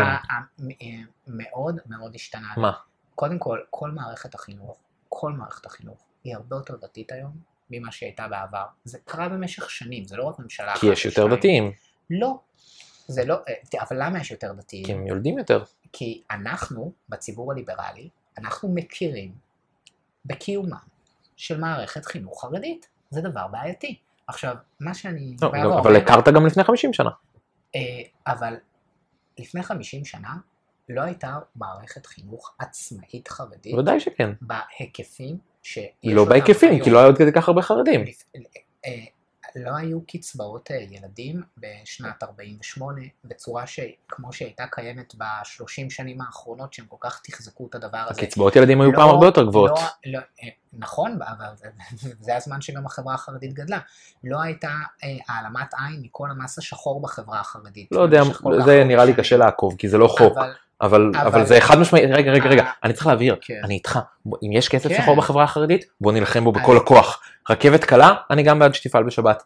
מאוד מאוד השתנה. מה? קודם כל, כל מערכת החינוך, כל מערכת החינוך, היא הרבה יותר דתית היום, ממה שהייתה בעבר. זה קרה במשך שנים, זה לא רק ממשלה. כי יש יותר דתיים. לא, זה לא, אבל למה יש יותר דתיים? כי הם יולדים יותר. כי אנחנו, בציבור הליברלי, אנחנו מכירים בקיומה של מערכת חינוך חרדית. זה דבר בעייתי. עכשיו, מה שאני... לא, גם, אבל הכרת גם לפני חמישים שנה. אבל לפני חמישים שנה לא הייתה מערכת חינוך עצמאית חרדית. ודאי שכן. בהיקפים שיש... לא בהיקפים, כי לא היו עוד כדי כך הרבה חרדים. לא היו קצבאות ילדים בשנת ארבעים ושמונה, בצורה שכמו שהייתה קיימת בשלושים שנים האחרונות, שהם כל כך תחזקו את הדבר הזה. הקצבאות ילדים היו פעם הרבה יותר גבוהות. נכון, אבל זה הזמן שגם החברה החרדית גדלה. לא הייתה העלמת עין מכל המס השחור בחברה החרדית. לא יודע, זה נראה לי קשה לעקוב, כי זה לא חוק. אבל, אבל זה אחד משמעי, רגע, רגע, רגע, אני צריך להבהיר, אני איתך, אם יש כסף שחור בחברה החרדית, בוא נלחם בו בכל הכוח. רכבת קלה, אני גם בעד שתפעל בשבת.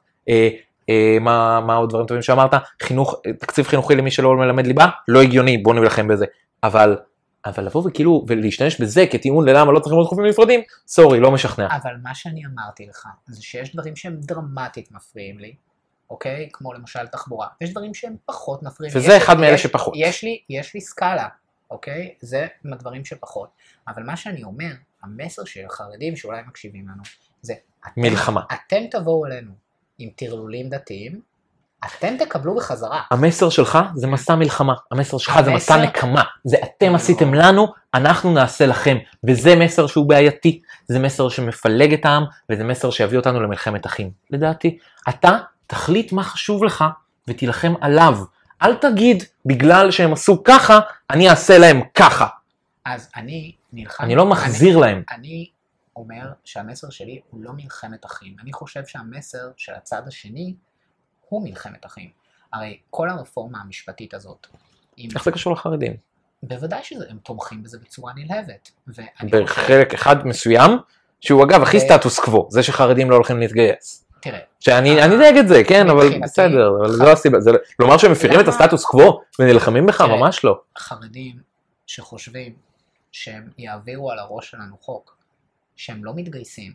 מה עוד דברים טובים שאמרת? חינוך, תקציב חינוכי למי שלא מלמד ליבה, לא הגיוני, בוא נלחם בזה. אבל, אבל לבוא וכאילו, ולהשתמש בזה כטיעון ללמה לא צריכים עוד חופים נפרדים, סורי, לא משכנע. אבל מה שאני אמרתי לך, זה שיש דברים שהם דרמטית מפריעים לי, אוקיי? כמו למשל תחבורה. יש דברים שהם פחות מפריעים. וזה אחד מאלה שפחות. יש לי, יש לי סקאלה, אוקיי? זה מהדברים שפחות. אבל מה שאני אומר, המסר של החרדים שאולי מקשיבים לנו, זה מלחמה. אתם תבואו אלינו עם טרלולים דתיים, אתם תקבלו בחזרה. המסר שלך זה מסע מלחמה, המסר שלך זה מסע נקמה, זה אתם עשיתם לנו, אנחנו נעשה לכם, וזה מסר שהוא בעייתי, זה מסר שמפלג את העם, וזה מסר שיביא אותנו למלחמת אחים. לדעתי, אתה תחליט מה חשוב לך, ותילחם עליו. אל תגיד, בגלל שהם עשו ככה, אני אעשה להם ככה. אז אני נלחם... אני לא מחזיר אני, להם. אני אומר שהמסר שלי הוא לא מלחמת אחים. אני חושב שהמסר של הצד השני הוא מלחמת אחים. הרי כל הרפורמה המשפטית הזאת... איך זה קשור לחרדים? בוודאי שהם תומכים בזה בצורה נלהבת. בחלק אחד מסוים, שהוא אגב הכי סטטוס קוו, זה שחרדים לא הולכים להתגייס. תראה. שאני נגד את זה, כן, אבל בסדר, אבל זה לא הסיבה. לומר שהם מפירים את הסטטוס קוו ונלחמים בך, ממש לא. חרדים שחושבים שהם יעבירו על הראש שלנו חוק, שהם לא מתגייסים,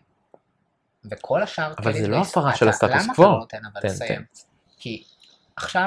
וכל השאר... אבל זה לא הפרה של הסטטוס קוו. למה אתה לא נותן אבל לסיים? כי עכשיו,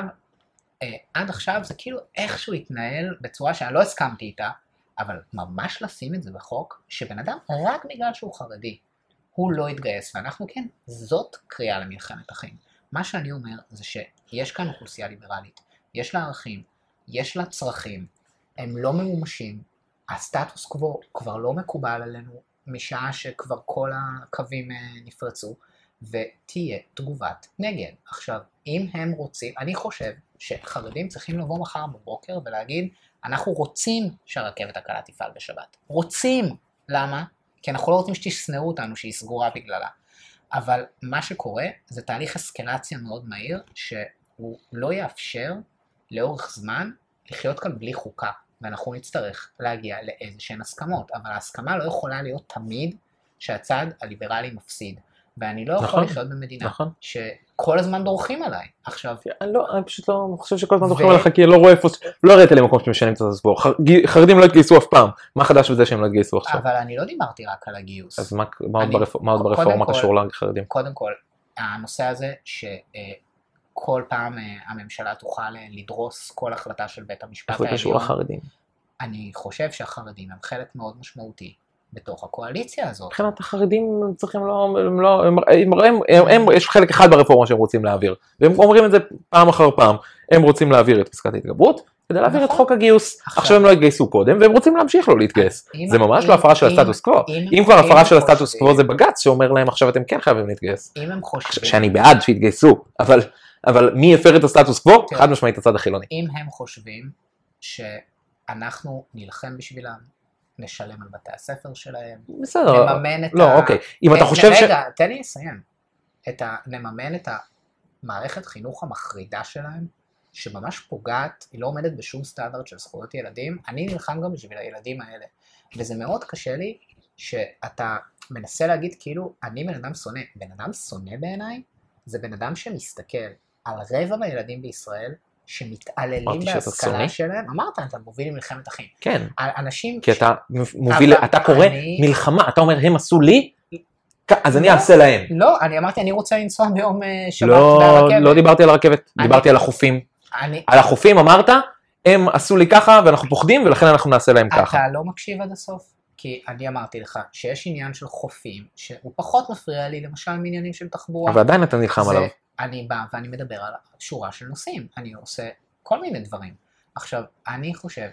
עד עכשיו זה כאילו איכשהו התנהל בצורה שאני לא הסכמתי איתה, אבל ממש לשים את זה בחוק, שבן אדם רק בגלל שהוא חרדי, הוא לא יתגייס, ואנחנו כן, זאת קריאה למלחמת אחים. מה שאני אומר זה שיש כאן אוכלוסייה ליברלית, יש לה ערכים, יש לה צרכים, הם לא ממומשים, הסטטוס קוו כבר לא מקובל עלינו, משעה שכבר כל הקווים נפרצו, ותהיה תגובת נגד. עכשיו, אם הם רוצים, אני חושב שחרדים צריכים לבוא מחר בבוקר ולהגיד, אנחנו רוצים שהרכבת הקלה תפעל בשבת. רוצים. למה? כי אנחנו לא רוצים שתשנאו אותנו שהיא סגורה בגללה. אבל מה שקורה זה תהליך אסקלציה מאוד מהיר, שהוא לא יאפשר לאורך זמן לחיות כאן בלי חוקה. ואנחנו נצטרך להגיע לאיזשהן הסכמות, אבל ההסכמה לא יכולה להיות תמיד שהצד הליברלי מפסיד. ואני לא יכול לחיות במדינה שכל הזמן דורכים עליי. עכשיו... אני פשוט לא חושב שכל הזמן דורכים עליך, כי אני לא רואה איפה, לא ראיתי לי מקום שמשנים את הסבור. חרדים לא התגייסו אף פעם. מה חדש בזה שהם לא התגייסו עכשיו? אבל אני לא דיברתי רק על הגיוס. אז מה עוד ברפורמה קשור לחרדים? קודם כל, הנושא הזה שכל פעם הממשלה תוכל לדרוס כל החלטה של בית המשפט העליון. איך זה קשור לחרדים? אני חושב שהחרדים הם חלק מאוד משמעותי. בתוך הקואליציה הזאת. מבחינת החרדים צריכים לא, הם לא, הם, הם, הם, הם, הם, יש חלק אחד ברפורמה שהם רוצים להעביר, והם אומרים את זה פעם אחר פעם, הם רוצים להעביר את פסקת ההתגברות, כדי להעביר את חוק הגיוס, עכשיו הם לא התגייסו קודם, והם רוצים להמשיך לא להתגייס, זה ממש לא הפרה של הסטטוס קוו, אם כבר הפרה של הסטטוס קוו זה בג"ץ שאומר להם עכשיו אתם כן חייבים להתגייס, שאני בעד שהתגייסו, אבל, אבל מי הפר את הסטטוס קוו? חד משמעית הצד החילוני. אם הם חושבים שאנחנו נלחם בשבילם, נשלם על בתי הספר שלהם, בסדר, נממן את לא, ה... אוקיי, אם אתה חושב ש... רגע, תן לי לסיים. את ה... נממן את המערכת חינוך המחרידה שלהם, שממש פוגעת, היא לא עומדת בשום סטנדרט של זכויות ילדים, אני נלחם גם בשביל הילדים האלה. וזה מאוד קשה לי, שאתה מנסה להגיד כאילו, אני בן אדם שונא. בן אדם שונא בעיניי, זה בן אדם שמסתכל על רבע מהילדים בישראל, שמתעללים בהשכלה שלהם, אמרת, אתה מוביל מלחמת אחים. כן. אנשים... כי אתה מוביל, אתה קורא מלחמה, אתה אומר, הם עשו לי, אז אני אעשה להם. לא, אני אמרתי, אני רוצה לנסוע ביום שבת ברכבת. לא דיברתי על הרכבת, דיברתי על החופים. על החופים אמרת, הם עשו לי ככה, ואנחנו פוחדים, ולכן אנחנו נעשה להם ככה. אתה לא מקשיב עד הסוף, כי אני אמרתי לך, שיש עניין של חופים, שהוא פחות מפריע לי, למשל מעניינים של תחבורה. אבל עדיין אתה נלחם עליו. אני בא ואני מדבר על שורה של נושאים, אני עושה כל מיני דברים. עכשיו, אני חושב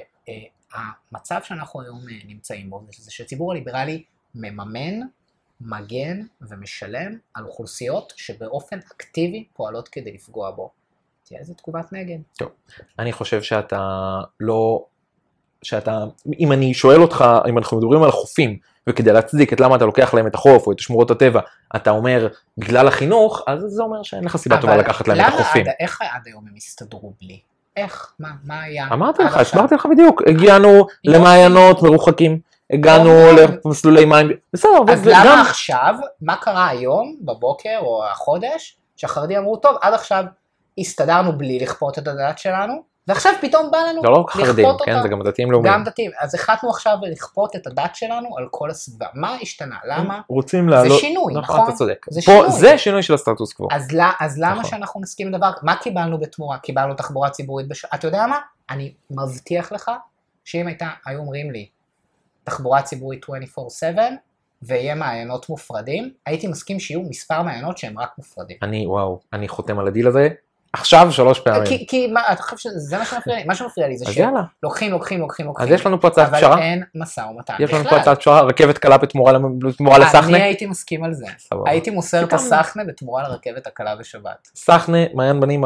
שהמצב שאנחנו היום נמצאים בו, זה שהציבור הליברלי מממן, מגן ומשלם על אוכלוסיות שבאופן אקטיבי פועלות כדי לפגוע בו. תהיה איזה תגובת נגד. טוב, אני חושב שאתה לא שאתה, אם אני שואל אותך, אם אנחנו מדברים על החופים, וכדי להצדיק את למה אתה לוקח להם את החוף או את שמורות הטבע, אתה אומר בגלל החינוך, אז זה אומר שאין לך סיבה טובה לקחת להם את החופים. אבל איך עד היום הם הסתדרו בלי? איך? מה, מה היה? אמרתי לך, הסברתי לך בדיוק, הגענו למעיינות מרוחקים, הגענו למסלולי מים, בסדר. אז למה עכשיו, מה קרה היום, בבוקר או החודש, שהחרדים אמרו, טוב, עד עכשיו הסתדרנו בלי לכפות את הדת שלנו, ועכשיו פתאום בא לנו לכפות אותה. לא רק חרדים, כן, זה גם דתיים לאומיים. גם דתיים, אז החלטנו עכשיו לכפות את הדת שלנו על כל הסביבה. מה השתנה? למה? רוצים לעלות. זה שינוי, נכון? אתה צודק. זה שינוי של הסטטוס קוו. אז למה שאנחנו נסכים לדבר? מה קיבלנו בתמורה? קיבלנו תחבורה ציבורית בשעה. אתה יודע מה? אני מבטיח לך שאם הייתה, היו אומרים לי, תחבורה ציבורית עשרים וארבע שבע, ויהיה מעיינות מופרדים, הייתי מסכים שיהיו מספר מעיינות שהם רק מופרדים. אני, וואו, אני חותם על הדיל הזה. עכשיו שלוש פעמים. כי, כי מה, אתה חושב שזה מה שמפריע לי? מה שמפריע לי זה שלוקחים, לוקחים, לוקחים, לוקחים. אז יש לנו פה הצעת פשרה. אבל אין משא ומתן. יש לנו פה הצעת פשרה, רכבת קלה בתמורה לסחנה. אני הייתי מסכים על זה. הייתי מוסר את הסחנה בתמורה לרכבת הקלה בשבת. סחנה, מעיין בנים,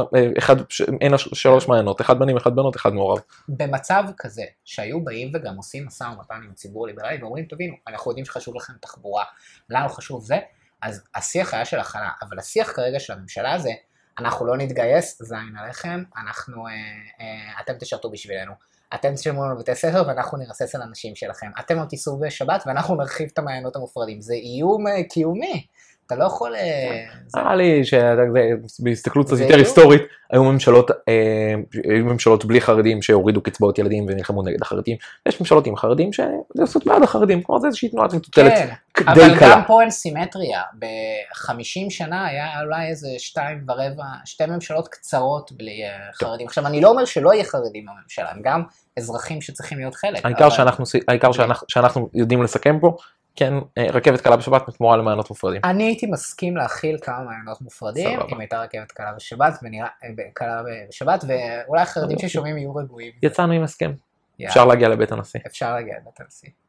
אין שלוש מעיינות, אחד בנים, אחד בנות, אחד מעורב. במצב כזה, שהיו באים וגם עושים משא ומתן עם הציבור הליברלי, ואומרים, תבינו, אנחנו יודעים שחשוב לכם תחבורה, לנו חשוב זה, אז השיח היה של הכלה, אבל השיח כרגע של הממשלה הזה, אנחנו לא נתגייס, זין עליכם, אנחנו, אה, אה, אתם תשרתו בשבילנו, אתם תשלמו לנו בתי ספר ואנחנו נרסס על אנשים שלכם, אתם לא תיסעו בשבת ואנחנו נרחיב את המעיינות המופרדים, זה איום אה, קיומי, אתה לא יכול... נראה לי שבהסתכלות קצת יותר היסטורית, היו ממשלות, היו ממשלות בלי חרדים שהורידו קצבאות ילדים ונלחמו נגד החרדים, יש ממשלות עם חרדים שעושות בעד החרדים, כלומר זה איזושהי תנועת מטוטלת די קלה. אבל גם פה אין סימטריה, ב-חמישים שנה היה אולי איזה שתיים ורבע, שתי ממשלות קצרות בלי חרדים. עכשיו אני לא אומר שלא יהיה חרדים בממשלה, הם גם אזרחים שצריכים להיות חלק. העיקר שאנחנו יודעים לסכם פה, כן, רכבת קלה בשבת מתמורה למעיינות מופרדים. אני הייתי מסכים להכיל כמה מעיינות מופרדים, אם הייתה רכבת קלה בשבת, ונראה, קלה בשבת, ואולי החרדים ששומעים יהיו רגועים. יצאנו עם הסכם. אפשר להגיע לבית הנשיא. אפשר להגיע לבית הנשיא.